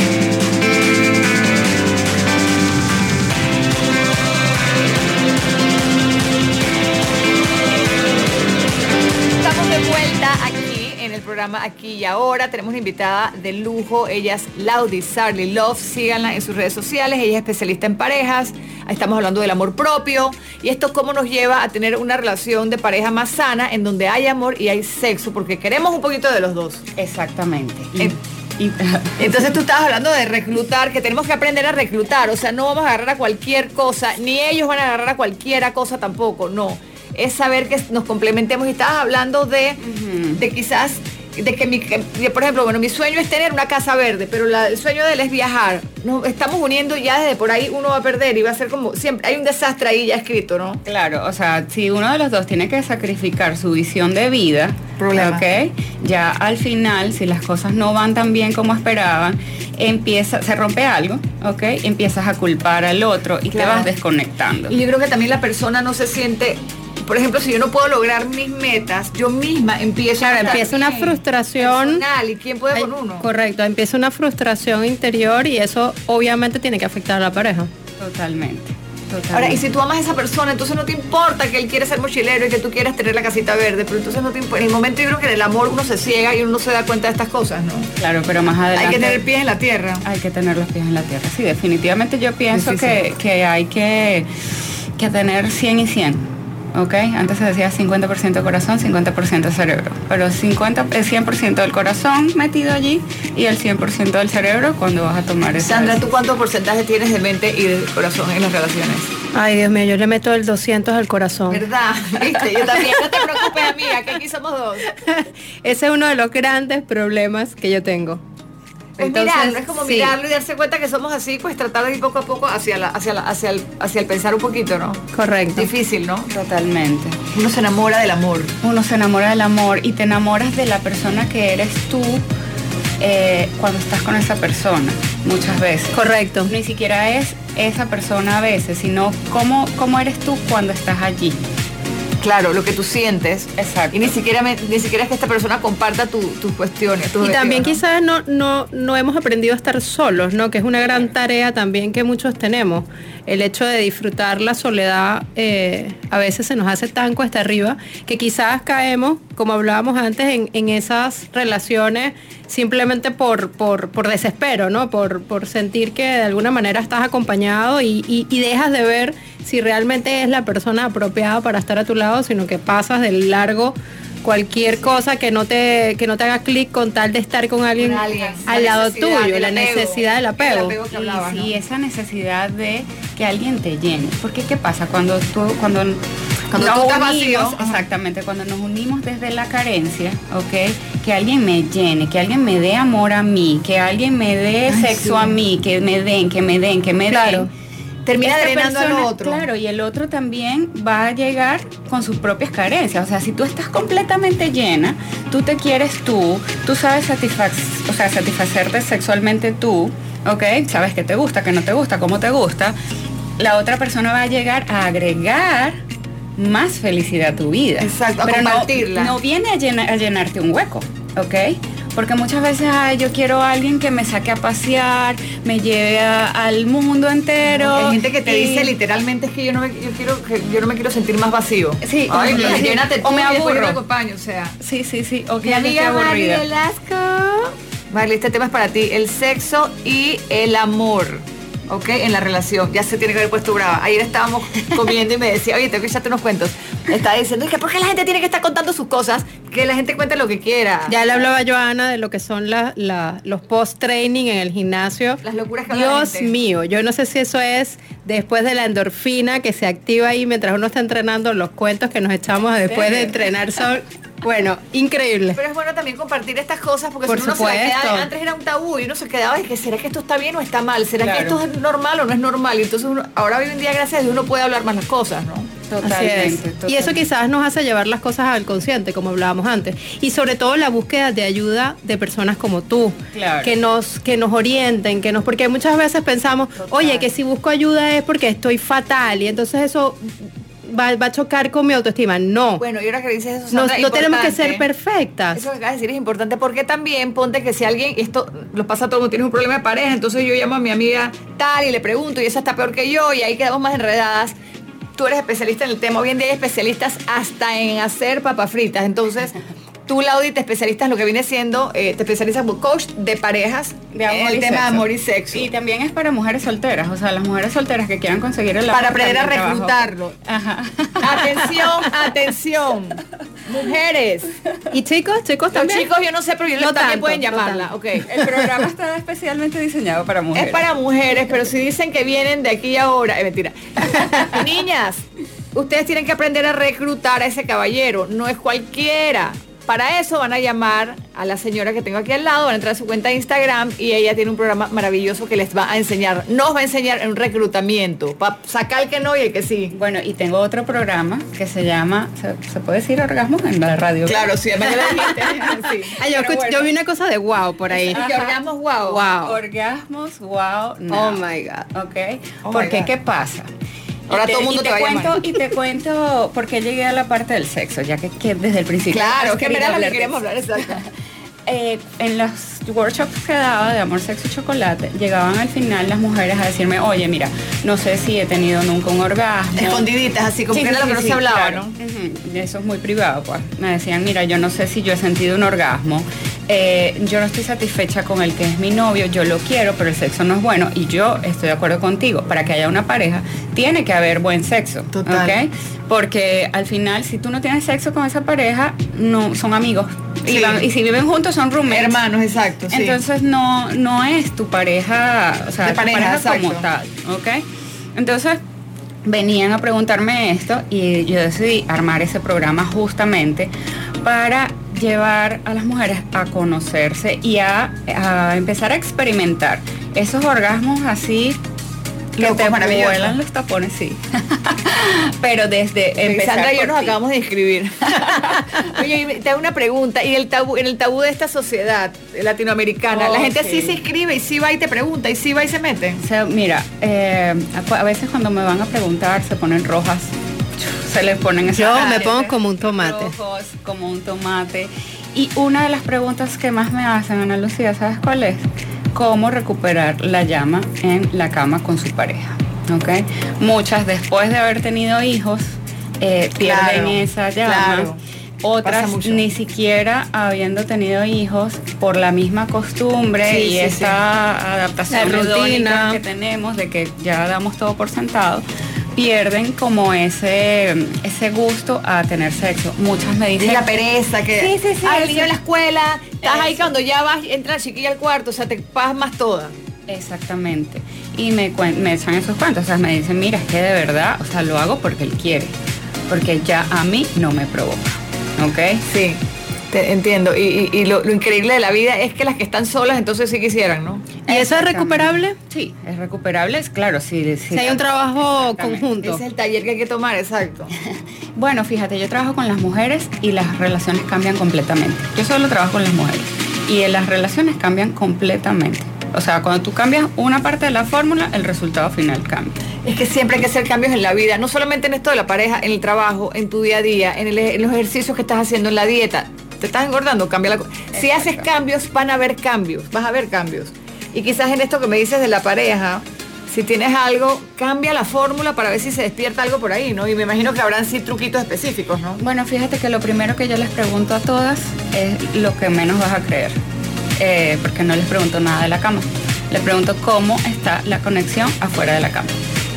Estamos de vuelta aquí en el programa Aquí y Ahora. Tenemos una invitada de lujo. Ella es Laudi Sarli Love. Síganla en sus redes sociales. Ella es especialista en parejas. Estamos hablando del amor propio. Y esto cómo nos lleva a tener una relación de pareja más sana, en donde hay amor y hay sexo, porque queremos un poquito de los dos. Exactamente. Entonces tú estabas hablando de reclutar, que tenemos que aprender a reclutar. O sea, no vamos a agarrar a cualquier cosa, ni ellos van a agarrar a cualquiera cosa tampoco. No. Es saber que nos complementemos. Y estabas hablando de quizás, de que por ejemplo, bueno, mi sueño es tener una casa verde, pero el sueño de él es viajar. Nos estamos uniendo y ya desde por ahí uno va a perder y va a ser como siempre. Hay un desastre ahí ya escrito, ¿no? Claro, o sea, si uno de los dos tiene que sacrificar su visión de vida, ¿ok? Ya al final, si las cosas no van tan bien como esperaban, se rompe algo, ¿ok? Empiezas a culpar al otro y te vas desconectando. Y yo creo que también la persona no se siente... Por ejemplo, si yo no puedo lograr mis metas, yo misma empiezo empieza una frustración personal. ¿Y quién puede con uno? Correcto, empieza una frustración interior y eso obviamente tiene que afectar a la pareja. Totalmente. Ahora, y si tú amas a esa persona, entonces no te importa que él quiere ser mochilero y que tú quieras tener la casita verde, pero entonces no te importa. En el momento yo creo que en el amor uno se ciega y uno no se da cuenta de estas cosas, ¿no? Claro, pero más adelante... Hay que tener pies en la tierra. Hay que tener los pies en la tierra. Sí, definitivamente yo pienso que hay que que tener 100 y 100. ¿Ok? Antes se decía 50% corazón, 50% cerebro. Pero el 100% del corazón metido allí y el 100% del cerebro cuando vas a tomar esa Sandra, decisión. ¿tú cuánto porcentaje tienes de mente y de corazón en las relaciones? Ay, Dios mío, yo le meto el 200 al corazón. ¿Verdad? ¿Viste? Yo también. No te preocupes, amiga, que aquí somos dos. Ese es uno de los grandes problemas que yo tengo. Pues mirarlo, es como mirarlo y darse cuenta que somos así, pues tratar de ir poco a poco hacia el pensar un poquito, ¿no? Correcto. Difícil, ¿no? Totalmente. Uno se enamora del amor. Uno se enamora del amor y te enamoras de la persona que eres tú cuando estás con esa persona, muchas veces. Correcto. Ni siquiera es esa persona a veces, sino cómo eres tú cuando estás allí. Claro, lo que tú sientes. Exacto. Y ni siquiera es que esta persona comparta tus cuestiones. Y también quizás no hemos aprendido a estar solos, ¿no? Que es una gran tarea también que muchos tenemos. El hecho de disfrutar la soledad a veces se nos hace tan cuesta arriba que quizás caemos, como hablábamos antes, en esas relaciones simplemente por desespero, ¿no? Por sentir que de alguna manera estás acompañado y dejas de ver si realmente es la persona apropiada para estar a tu lado, sino que pasas de largo cualquier cosa que no te haga clic con tal de estar con alguien al lado tuyo, la necesidad del apego. Y esa necesidad de que alguien te llene. Porque ¿qué pasa? Cuando tú estás vacío, exactamente, cuando nos unimos desde la carencia, ¿ok? Que alguien me llene, que alguien me dé amor a mí, que alguien me dé sexo a mí, que me den. Termina drenando al otro. Claro, y el otro también va a llegar con sus propias carencias. O sea, si tú estás completamente llena, tú te quieres tú sabes satisfacerte sexualmente tú, ¿ok? Sabes qué te gusta, qué no te gusta, cómo te gusta. La otra persona va a llegar a agregar más felicidad a tu vida. Exacto, pero a compartirla. No viene a llenarte un hueco, ¿ok? Porque muchas veces yo quiero a alguien que me saque a pasear, me lleve al mundo entero. Hay gente que te dice literalmente es que yo no me quiero sentir más vacío. Sí, ay, llénate tú o me y después yo aburro. me acompaño, o sea. Sí. O que Mi amiga Marly aburrida. Velasco. Marly, este tema es para ti, el sexo y el amor. ¿Ok? En la relación. Ya se tiene que haber puesto brava. Ayer estábamos comiendo y me decía, oye, tengo que echarte unos cuentos. Estaba diciendo, es que ¿por qué la gente tiene que estar contando sus cosas? Que la gente cuente lo que quiera. Ya le hablaba yo a Ana de lo que son los post-training en el gimnasio. Las locuras que habla la Dios gente. mío, yo no sé si eso es después de la endorfina que se activa ahí mientras uno está entrenando, los cuentos que nos echamos después de entrenar son, bueno, increíbles. Pero es bueno también compartir estas cosas porque Por si uno se la supuesto. queda, antes era un tabú y uno se quedaba de que ¿será que esto está bien o está mal? ¿Será que Claro. esto es normal o no es normal? Y entonces ahora hoy en día, gracias a Dios, uno puede hablar más las cosas, ¿no? Así es. Y eso quizás nos hace llevar las cosas al consciente, como hablábamos antes. Y sobre todo la búsqueda de ayuda de personas como tú, Claro. que nos orienten, porque muchas veces pensamos, oye, que si busco ayuda es porque estoy fatal y entonces eso va a chocar con mi autoestima. No. Bueno, y ahora que dices eso, No Sandra, tenemos que importante. ser perfectas. Eso que acabas de decir es importante porque también ponte que si alguien, esto lo pasa a todo el mundo, tienes un problema de pareja, entonces yo llamo a mi amiga tal y le pregunto y esa está peor que yo y ahí quedamos más enredadas. Tú eres especialista en el tema, hoy en día hay especialistas hasta en hacer papas fritas, entonces tú, Laudi, te especializas en lo que viene siendo, te especializas como coach de parejas De amor en el y tema de sexo. amor y sexo. Y también es para mujeres solteras, o sea, las mujeres solteras que quieran conseguir el Para amor, aprender a también trabajo. reclutarlo. Ajá. Atención, mujeres. Y chicos Los también. chicos yo no sé, pero No también tanto, pueden no llamarla, tanto. ok. El programa está especialmente diseñado para mujeres. Es para mujeres, pero si dicen que vienen de aquí a ahora, es mentira. Niñas, ustedes tienen que aprender a reclutar a ese caballero, no es cualquiera. Para eso van a llamar a la señora que tengo aquí al lado, van a entrar a su cuenta de Instagram y ella tiene un programa maravilloso que les va a enseñar, nos va a enseñar un reclutamiento, para sacar el que no y el que sí. Bueno, y tengo otro programa que se llama, ¿se puede decir orgasmos en la radio? Claro, sí, me lo dijiste. Sí. Ah, yo vi una cosa de wow por ahí. Y que orgasmos, wow. Wow. Orgasmos, wow, no. Oh my God. ¿Ok? Oh Porque, my God. ¿qué pasa? Ahora todo el mundo te va a llamar. Y te cuento por qué llegué a la parte del sexo, ya que desde el principio. Claro, has que querido era lo que hablar de queríamos eso. hablar, exacto. En los workshops que daba de amor, sexo y chocolate, llegaban al final las mujeres a decirme, oye, mira, no sé si he tenido nunca un orgasmo. Escondiditas, así como Sí, que era lo que no se hablaba, claro. ¿no? Ujú. Eso es muy privado, pues. Me decían, mira, yo no sé si yo he sentido un orgasmo. yo no estoy satisfecha con el que es mi novio, yo lo quiero, pero el sexo no es bueno, y yo estoy de acuerdo contigo, para que haya una pareja, tiene que haber buen sexo. Total. ¿Ok? Porque al final, si tú no tienes sexo con esa pareja, no son amigos. Sí. Y si viven juntos, son roommates. Hermanos, exacto. Sí. Entonces no es tu pareja, o sea, De tu pareja, como exacto. tal, ¿ok? Entonces venían a preguntarme esto y yo decidí armar ese programa justamente para llevar a las mujeres a conocerse y a empezar a experimentar esos orgasmos así que Locos, te maravillosos. vuelan los tapones, sí. Pero desde empezar Sandra y yo por nos ti. acabamos de inscribir. Oye, te hago una pregunta. ¿Y en el tabú de esta sociedad latinoamericana, la gente sí se inscribe y sí va y te pregunta y sí va y se mete? O sea, mira, a veces cuando me van a preguntar se ponen rojas, se les ponen esas Yo me caras, pongo como un tomate. rojos, como un tomate. Y una de las preguntas que más me hacen, Ana Lucía, ¿sabes cuál es? ¿Cómo recuperar la llama en la cama con su pareja? ¿Ok? Muchas, después de haber tenido hijos, pierden Claro, esa llama. claro. Otras Pasa mucho. ni siquiera habiendo tenido hijos, por la misma costumbre Sí, y sí, esta adaptación La rutina. hedónica que tenemos de que ya damos todo por sentado, pierden como ese gusto a tener sexo. Muchas me Es dicen... la pereza que... Sí, Ay, el eso. niño en la escuela, estás ahí Eso. cuando ya vas, entra la chiquilla al cuarto, o sea, te pasmas toda. Exactamente. Y me echan esos cuentos, o sea, me dicen, mira, es que de verdad, o sea, lo hago porque él quiere, porque ya a mí no me provoca, ¿ok? Sí, te entiendo. Y lo increíble de la vida es que las que están solas entonces sí quisieran, ¿no? ¿Y eso es Exactamente. recuperable? Sí, es recuperable, es claro, sí. Si hay un trabajo Exactamente. conjunto. Ese es el taller que hay que tomar, exacto. Bueno, fíjate, yo trabajo con las mujeres y las relaciones cambian completamente. Yo solo trabajo con las mujeres y las relaciones cambian completamente. O sea, cuando tú cambias una parte de la fórmula, el resultado final cambia. Es que siempre hay que hacer cambios en la vida, no solamente en esto de la pareja, en el trabajo, en tu día a día, en los ejercicios que estás haciendo, en la dieta. Te estás engordando, cambia la cosa. Si haces cambios, van a haber cambios, vas a ver cambios. Y quizás en esto que me dices de la pareja, si tienes algo, cambia la fórmula para ver si se despierta algo por ahí, ¿no? Y me imagino que habrán sí truquitos específicos, ¿no? Bueno, fíjate que lo primero que yo les pregunto a todas es lo que menos vas a creer. Porque no les pregunto nada de la cama. Les pregunto cómo está la conexión afuera de la cama.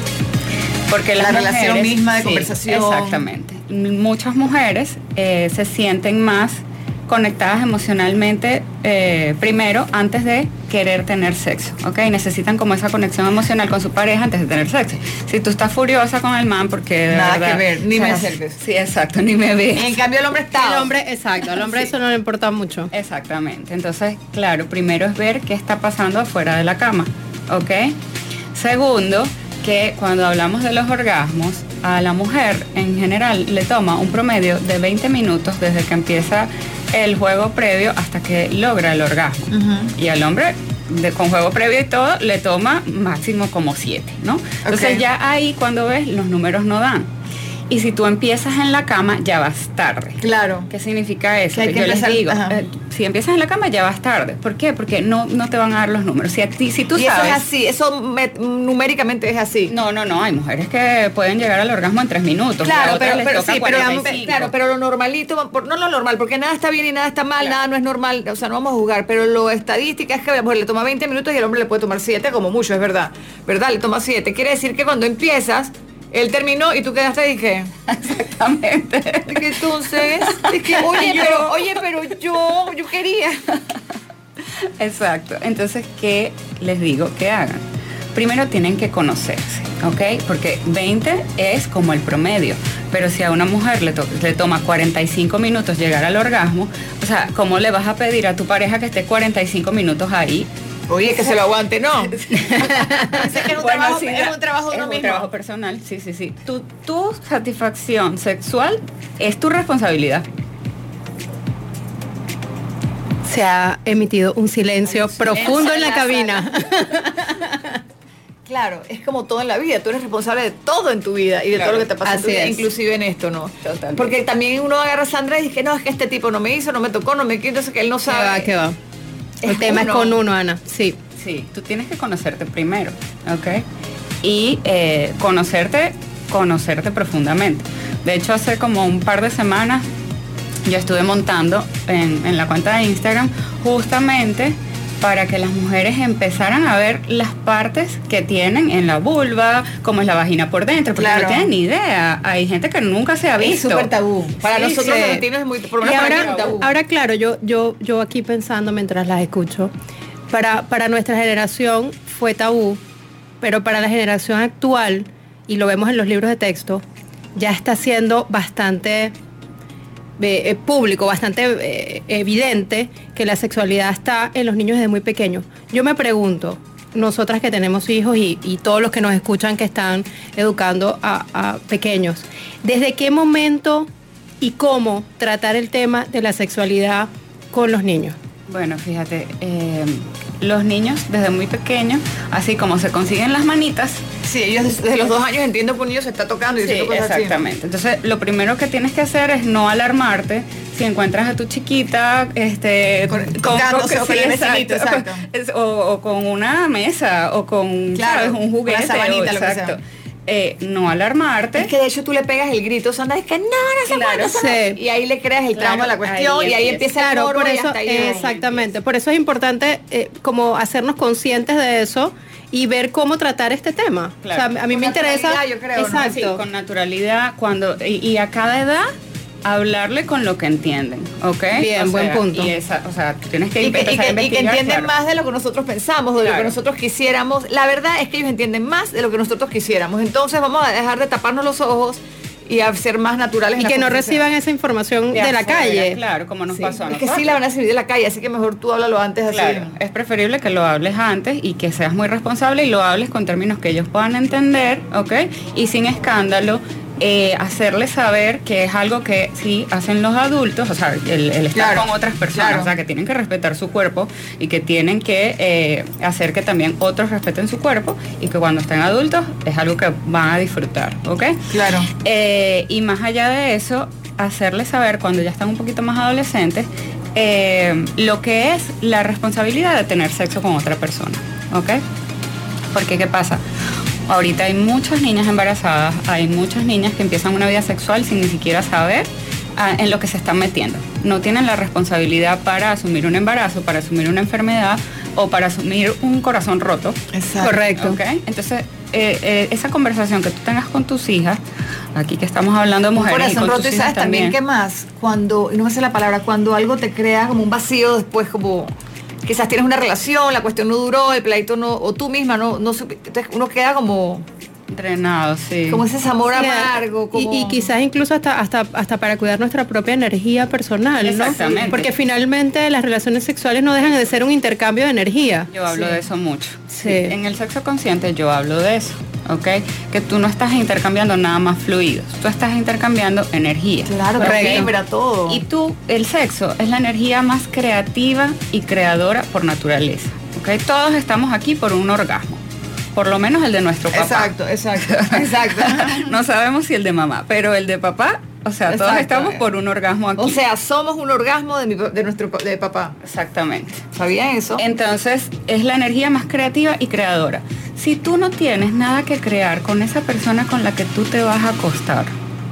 Porque La las relación mujeres, misma de sí, conversación. Exactamente. Muchas mujeres se sienten más conectadas emocionalmente primero antes de querer tener sexo, ¿ok? Necesitan como esa conexión emocional con su pareja antes de tener sexo. Si tú estás furiosa con el man porque de Nada verdad, que ver, ni o sea, me acerques. Sí, exacto, ni me ves. En cambio el hombre está... El hombre, exacto, al hombre Sí. eso no le importa mucho. Exactamente. Entonces, claro, primero es ver qué está pasando afuera de la cama, ¿ok? Segundo, que cuando hablamos de los orgasmos, a la mujer en general le toma un promedio de 20 minutos desde que empieza el juego previo hasta que logra el orgasmo. Y al hombre, con juego previo y todo, le toma máximo como 7, ¿no? Entonces Ok. ya ahí cuando ves, los números no dan. Y si tú empiezas en la cama, ya vas tarde. Claro. ¿Qué significa eso? Que hay que Yo les empezar- digo, ajá. si empiezas en la cama ya vas tarde. ¿Por qué? Porque no te van a dar los números. Si tú Y eso sabes... es así, eso numéricamente es así. No, hay mujeres que pueden llegar al orgasmo en 3 minutos. Claro, a otras pero, les pero toca sí, pero, 45. claro, pero lo normalito, no lo normal, porque nada está bien y nada está mal, nada no es normal, o sea, no vamos a jugar, pero lo estadística es que a la mujer le toma 20 minutos y el hombre le puede tomar 7 como mucho, es verdad, le toma 7, quiere decir que cuando empiezas, él terminó y tú quedaste y dije, Exactamente. que entonces, es que, oye, pero yo quería. Exacto. Entonces, ¿qué les digo que hagan? Primero tienen que conocerse, ¿ok? Porque 20 es como el promedio, pero si a una mujer le toma 45 minutos llegar al orgasmo, o sea, ¿cómo le vas a pedir a tu pareja que esté 45 minutos ahí? Oye, que se lo aguante, ¿no? Sé que es un Bueno, trabajo, sí, es un trabajo de es uno un mismo. trabajo personal, sí. Tu satisfacción sexual es tu responsabilidad. Se ha emitido un silencio profundo en la cabina. Claro, es como todo en la vida, tú eres responsable de todo en tu vida y de Claro, todo lo que te pasa en tu así vida, es. inclusive en esto, ¿no? Totalmente. Porque también uno agarra a Sandra y dice, no, es que este tipo no me hizo, no me tocó, no me quiso, entonces que él no sabe. ¿Qué va? El Es tema es uno. con uno, Ana. Sí. Sí, tú tienes que conocerte primero, ¿ok? Y conocerte profundamente. De hecho, hace como un par de semanas yo estuve montando en la cuenta de Instagram justamente para que las mujeres empezaran a ver las partes que tienen en la vulva, cómo es la vagina por dentro, porque no tienen ni idea. Hay gente que nunca se ha visto. Es súper tabú. Para nosotros los latinos es muy, por lo menos para mí, tabú. Ahora, claro, yo aquí pensando mientras las escucho, para nuestra generación fue tabú, pero para la generación actual, y lo vemos en los libros de texto, ya está siendo bastante público, bastante evidente que la sexualidad está en los niños desde muy pequeños. Yo me pregunto, nosotras que tenemos hijos y todos los que nos escuchan que están educando a pequeños, ¿desde qué momento y cómo tratar el tema de la sexualidad con los niños? Bueno, fíjate, los niños desde muy pequeños, así como se consiguen las manitas. Sí, ellos desde los 2 años entiendo que un niño se está tocando y diciendo cosas exactamente. así. Entonces, lo primero que tienes que hacer es no alarmarte si encuentras a tu chiquita o con una mesa o con, ¿sabes? Un juguete. Una sabanita, lo que sea. No alarmarte. Es que de hecho tú le pegas el grito, Sandra, es que no sé. Y ahí le creas el trauma a la cuestión y ahí empieza el morbo por eso, y hasta ahí. Exactamente, por eso es importante como hacernos conscientes de eso y ver cómo tratar este tema. Claro. O sea, a mí me interesa, yo creo, exacto, ¿no? Sí, con naturalidad, y a cada edad hablarle con lo que entienden, ¿ok? Bien, buen punto. Y tienes que empezar a investigar, y que entienden más de lo que nosotros pensamos, de lo que nosotros quisiéramos. La verdad es que ellos entienden más de lo que nosotros quisiéramos. Entonces vamos a dejar de taparnos los ojos y a ser más naturales. Y que no reciban esa información de la calle. Claro, como nos pasó a nosotros. Es que sí la van a recibir de la calle, así que mejor tú háblalo antes. Claro, es preferible que lo hables antes y que seas muy responsable y lo hables con términos que ellos puedan entender, ¿ok? Y sin escándalo. Hacerles saber que es algo que sí hacen los adultos, o sea, el estar con otras personas, o sea, que tienen que respetar su cuerpo y que tienen que hacer que también otros respeten su cuerpo y que cuando estén adultos es algo que van a disfrutar, ¿ok? Claro. Y más allá de eso, hacerles saber cuando ya están un poquito más adolescentes lo que es la responsabilidad de tener sexo con otra persona, ¿ok? Porque ¿qué pasa? Ahorita hay muchas niñas embarazadas, hay muchas niñas que empiezan una vida sexual sin ni siquiera saber en lo que se están metiendo. No tienen la responsabilidad para asumir un embarazo, para asumir una enfermedad o para asumir un corazón roto. Exacto. Correcto. ¿Okay? Entonces, esa conversación que tú tengas con tus hijas, aquí que estamos hablando de mujeres corazón y con roto, tus y hijas sabes también qué más, cuando, y no me sé la palabra, cuando algo te crea como un vacío después, como quizás tienes una relación, la cuestión no duró, el pleito no, o tú misma no entonces uno queda como drenado, sí. Como ese amor amargo. Como... Y quizás incluso hasta para cuidar nuestra propia energía personal, exactamente, ¿no? Porque finalmente las relaciones sexuales no dejan de ser un intercambio de energía. Yo hablo de eso mucho. Sí. En el sexo consciente yo hablo de eso, ¿ok? Que tú no estás intercambiando nada más fluidos, tú estás intercambiando energía. Claro, que vibra todo. Y el sexo es la energía más creativa y creadora por naturaleza, ¿ok? Todos estamos aquí por un orgasmo. Por lo menos el de nuestro papá. Exacto. No sabemos si el de mamá, pero el de papá, o sea, todos estamos por un orgasmo aquí. O sea, somos un orgasmo de papá. Exactamente. ¿Sabía eso? Entonces, es la energía más creativa y creadora. Si tú no tienes nada que crear con esa persona con la que tú te vas a acostar,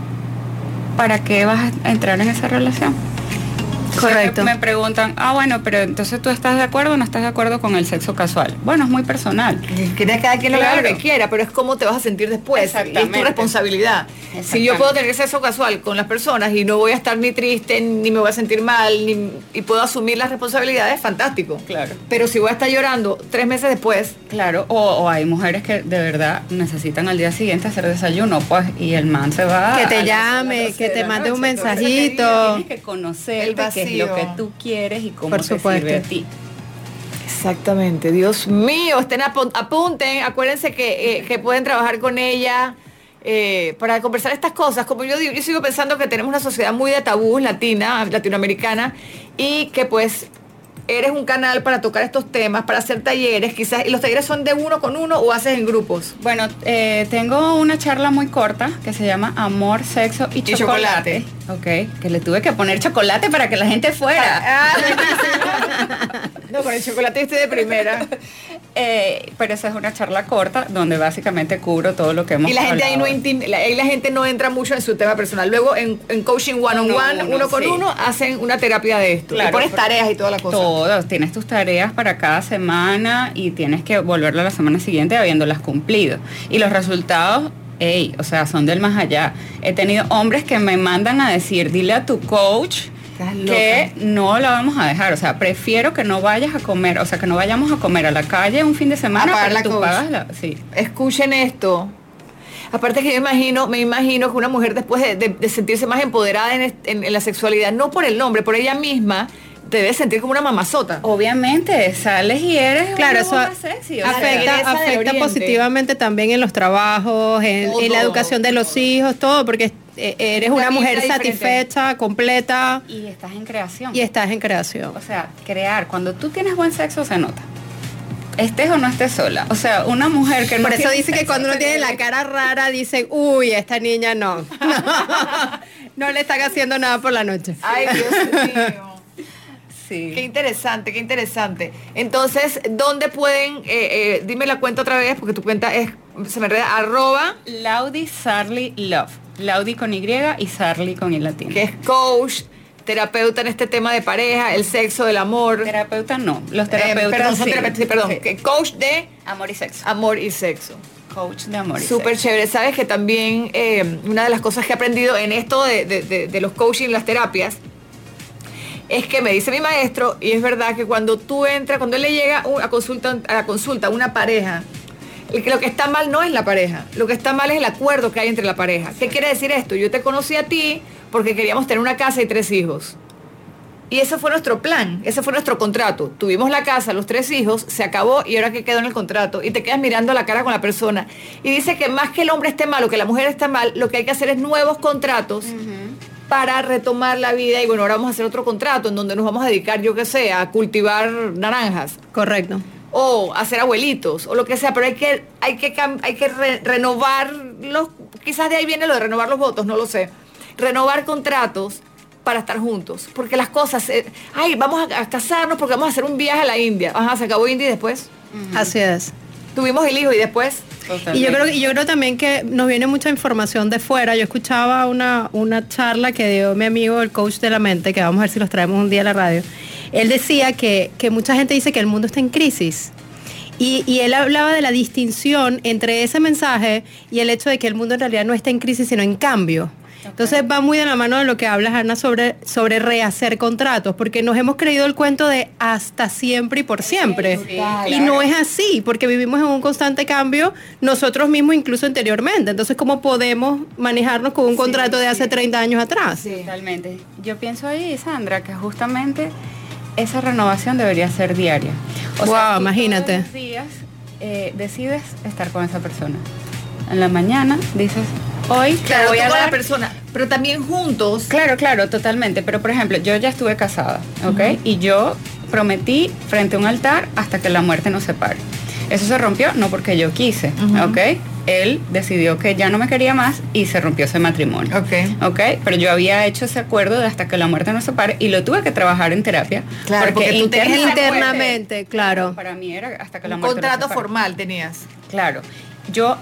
¿para qué vas a entrar en esa relación? Correcto. Me preguntan, bueno, pero entonces tú estás de acuerdo o no estás de acuerdo con el sexo casual. Bueno, es muy personal. Que cada quien lo que quiera, pero es cómo te vas a sentir después. Es tu responsabilidad. Si yo puedo tener sexo casual con las personas y no voy a estar ni triste, ni me voy a sentir mal, y puedo asumir las responsabilidades, fantástico. Claro. Pero si voy a estar llorando 3 meses después. Claro, o hay mujeres que de verdad necesitan al día siguiente hacer desayuno, pues, y el man se va. Que te llame, que te mande un mensajito. Tienes que conocer qué es lo que tú quieres y cómo te sirve a ti. Exactamente, Dios mío, apunten, acuérdense que pueden trabajar con ella para conversar estas cosas. Como yo digo, yo sigo pensando que tenemos una sociedad muy de tabús latinoamericana, y que pues eres un canal para tocar estos temas, para hacer talleres, quizás, y los talleres son de uno con uno o haces en grupos. Bueno, tengo una charla muy corta que se llama Amor, Sexo y Chocolate. Ok, que le tuve que poner chocolate para que la gente fuera. No, con el chocolate estoy de primera. Pero esa es una charla corta donde básicamente cubro todo lo que hemos hablado. Y la gente ahí la gente no entra mucho en su tema personal. Luego en coaching one-on-one, uno con uno, hacen una terapia de esto. Claro, y pones tareas y toda la cosa. Todos, tienes tus tareas para cada semana y tienes que volverlo a la semana siguiente habiéndolas cumplido. Y los resultados, o sea, son del más allá. He tenido hombres que me mandan a decir, dile a tu coach que no la vamos a dejar, o sea, prefiero que no vayas a comer, o sea, que no vayamos a comer a la calle un fin de semana, pero tú pagas la... Sí. Escuchen esto. Aparte que me imagino que una mujer después de sentirse más empoderada en la sexualidad, no por el hombre, por ella misma, te debes sentir como una mamazota. Obviamente, sales y eres claro, una eso bomba sexy. Afecta positivamente también en los trabajos, en la educación de los hijos, todo, porque eres una mujer satisfecha, completa. Y estás en creación. O sea, crear. Cuando tú tienes buen sexo se nota. Estés o no estés sola. O sea, una mujer que no... Por eso dice que cuando uno tiene la cara rara, dicen, uy, esta niña no. No le están haciendo nada por la noche. Ay, Dios mío. Sí. Qué interesante, qué interesante. Entonces, ¿dónde pueden, dime la cuenta otra vez, porque tu cuenta se me enreda, @Laudi Sarli Love. Laudi con Y y Sarli con I latina. Que es coach, terapeuta en este tema de pareja, el sexo, el amor. Terapeuta no, los terapeutas perdón. Sí. Coach de amor y sexo. Amor y sexo. Coach de amor y sexo. Súper chévere. Sabes que también una de las cosas que he aprendido en esto de los coaching, las terapias, es que me dice mi maestro, y es verdad que cuando él le llega a la consulta una pareja, lo que está mal no es la pareja, lo que está mal es el acuerdo que hay entre la pareja. ¿Qué quiere decir esto? Yo te conocí a ti porque queríamos tener una casa y 3 hijos. Y ese fue nuestro plan, ese fue nuestro contrato. Tuvimos la casa, los 3 hijos, se acabó y ahora ¿qué quedó en el contrato? Y te quedas mirando la cara con la persona. Y dice que más que el hombre esté mal o que la mujer esté mal, lo que hay que hacer es nuevos contratos para retomar la vida. Y bueno, ahora vamos a hacer otro contrato en donde nos vamos a dedicar, yo qué sé, a cultivar naranjas. Correcto. O hacer abuelitos, o lo que sea, pero hay que renovar quizás de ahí viene lo de renovar los votos, no lo sé. Renovar contratos para estar juntos, porque las cosas, vamos a casarnos porque vamos a hacer un viaje a la India. Ajá, se acabó India y después. Así es. Tuvimos el hijo y después. Y yo creo también que nos viene mucha información de fuera. Yo escuchaba una charla que dio mi amigo, el coach de la mente, que vamos a ver si los traemos un día a la radio. Él decía que mucha gente dice que el mundo está en crisis. Y él hablaba de la distinción entre ese mensaje y el hecho de que el mundo en realidad no está en crisis, sino en cambio. Entonces va muy de la mano de lo que hablas, Ana, sobre rehacer contratos, porque nos hemos creído el cuento de hasta siempre y por siempre. Sí, claro. Y no es así, porque vivimos en un constante cambio nosotros mismos, incluso anteriormente. Entonces, ¿cómo podemos manejarnos con un contrato de hace 30 años atrás? Sí. Totalmente. Yo pienso ahí, Sandra, que justamente esa renovación debería ser diaria. O sea, imagínate. Todos los días decides estar con esa persona. En la mañana dices, hoy te voy a dar a la persona, pero también juntos. Claro, totalmente. Pero por ejemplo, yo ya estuve casada, ¿ok? Y yo prometí frente a un altar hasta que la muerte nos separe. Eso se rompió no porque yo quise, ¿ok? Él decidió que ya no me quería más y se rompió ese matrimonio. ¿Ok? Pero yo había hecho ese acuerdo de hasta que la muerte nos separe y lo tuve que trabajar en terapia. Claro, porque tú tenías internamente, claro. Para mí era hasta que la un muerte nos separe. contrato formal tenías. Claro. Yo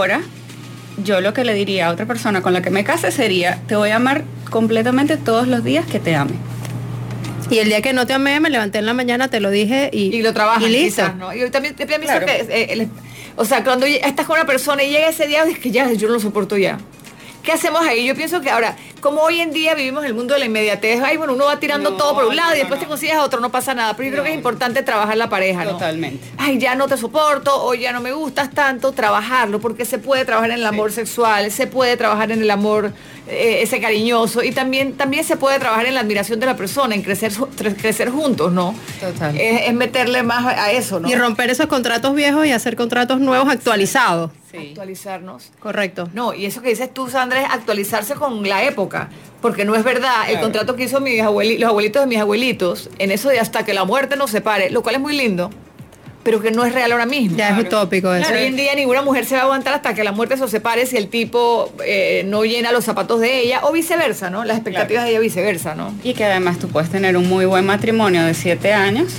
lo que le diría a otra persona con la que me case sería, te voy a amar completamente todos los días que te ame. Y el día que no te amé, me levanté en la mañana, te lo dije y lo trabajas. Y listo. Quizás, ¿no? Yo también pienso que, o sea, cuando estás con una persona y llega ese día, es que ya, yo no lo soporto ya. ¿Qué hacemos ahí? Yo pienso que ahora, como hoy en día vivimos el mundo de la inmediatez, uno va tirando todo por un lado y después te consigues a otro, no pasa nada. Pero yo creo que es importante trabajar la pareja, ¿no? Totalmente. Ya no te soporto o ya no me gustas tanto, trabajarlo, porque se puede trabajar en el amor sexual, se puede trabajar en el amor ese cariñoso y también se puede trabajar en la admiración de la persona, en crecer juntos, ¿no? Total. Es meterle más a eso, ¿no? Y romper esos contratos viejos y hacer contratos nuevos actualizados. Sí. Actualizarnos. Correcto. No, y eso que dices tú, Sandra, es actualizarse con la época, porque no es verdad. El contrato que hizo los abuelitos de mis abuelitos, en eso de hasta que la muerte nos separe, lo cual es muy lindo, pero que no es real ahora mismo. Ya es utópico eso. Hoy en día ninguna mujer se va a aguantar hasta que la muerte se separe si el tipo no llena los zapatos de ella, o viceversa, ¿no? Las expectativas de ella viceversa, ¿no? Y que además tú puedes tener un muy buen matrimonio de 7 años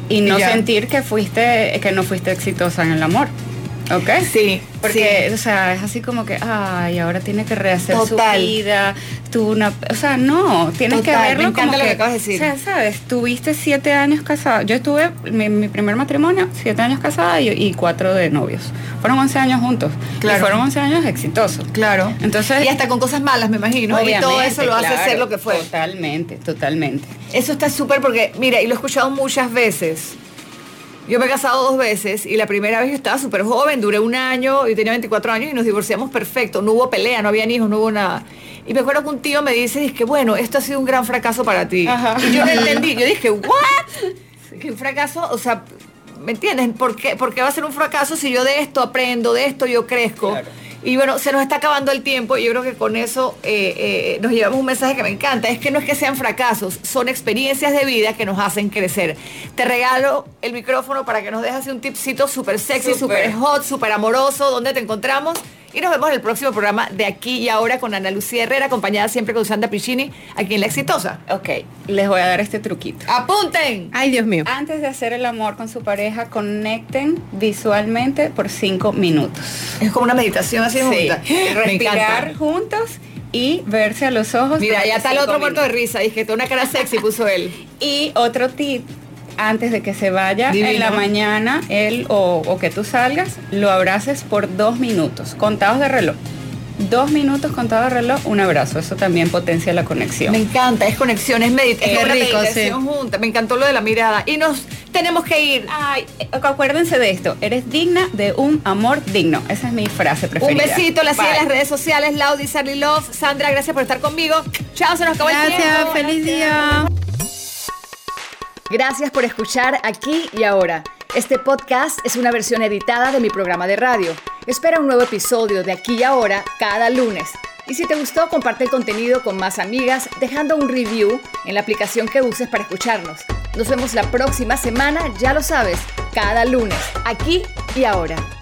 y no ya. sentir que no fuiste exitosa en el amor. ¿Ok? Sí. Porque, sí. o sea, es así como que, ay, ahora tiene que rehacer Total. su vida. O sea, no, tienes Total, que verlo me encanta como lo que acabas de decir. O sea, ¿sabes? Tuviste 7 años casada. Yo estuve, mi primer matrimonio, 7 años casada y 4 de novios. Fueron 11 años juntos. Claro. Y fueron 11 años exitosos. Claro. Entonces, y hasta con cosas malas, me imagino. Y todo eso lo hace claro, ser lo que fue. Totalmente, totalmente. Eso está súper porque, mira, y lo he escuchado muchas veces. Yo me he casado 2 veces y la primera vez yo estaba súper joven, duré 1 año, yo tenía 24 años y nos divorciamos perfecto. No hubo pelea, no habían hijos, no hubo nada. Y me acuerdo que un tío me dice, que bueno, esto ha sido un gran fracaso para ti. Ajá. Y yo no entendí, yo dije, ¿what? ¿Qué fracaso? O sea, ¿me entiendes? ¿Por qué va a ser un fracaso si yo de esto aprendo, de esto yo crezco? Claro. Y bueno, se nos está acabando el tiempo y yo creo que con eso nos llevamos un mensaje que me encanta. Es que no es que sean fracasos, son experiencias de vida que nos hacen crecer. Te regalo el micrófono para que nos dejes un tipcito súper sexy, súper hot, súper amoroso. ¿Dónde te encontramos? Y nos vemos en el próximo programa de Aquí y Ahora con Ana Lucía Herrera, acompañada siempre con Sandra Piccini, aquí en La Exitosa. Ok, les voy a dar este truquito. ¡Apunten! Ay, Dios mío. Antes de hacer el amor con su pareja, conecten visualmente por 5 minutos. Es como una meditación así junta. Me Respirar encanta. juntos y verse a los ojos. Mira, durante ya está el 5 otro muerto de minutos. risa. Dije, toda una cara sexy puso él. Y otro tip, antes de que se vaya Divino. en la mañana, él o que tú salgas, lo abraces por 2 minutos, contados de reloj. 2 minutos contados de reloj, un abrazo. Eso también potencia la conexión. Me encanta, es conexión, es Qué una rico, meditación junta. Me encantó lo de la mirada. Y nos tenemos que ir. Ay, acuérdense de esto. Eres digna de un amor digno. Esa es mi frase preferida. Un besito, la sigue en Bye. las redes sociales, Laudi, Sarly Love. Sandra, gracias por estar conmigo. Chao, se nos acabó el Gracias, tiempo. feliz día. Gracias por escuchar Aquí y Ahora. Este podcast es una versión editada de mi programa de radio. Espera un nuevo episodio de Aquí y Ahora cada lunes. Y si te gustó, comparte el contenido con más amigas, dejando un review en la aplicación que uses para escucharnos. Nos vemos la próxima semana, ya lo sabes, cada lunes, Aquí y Ahora.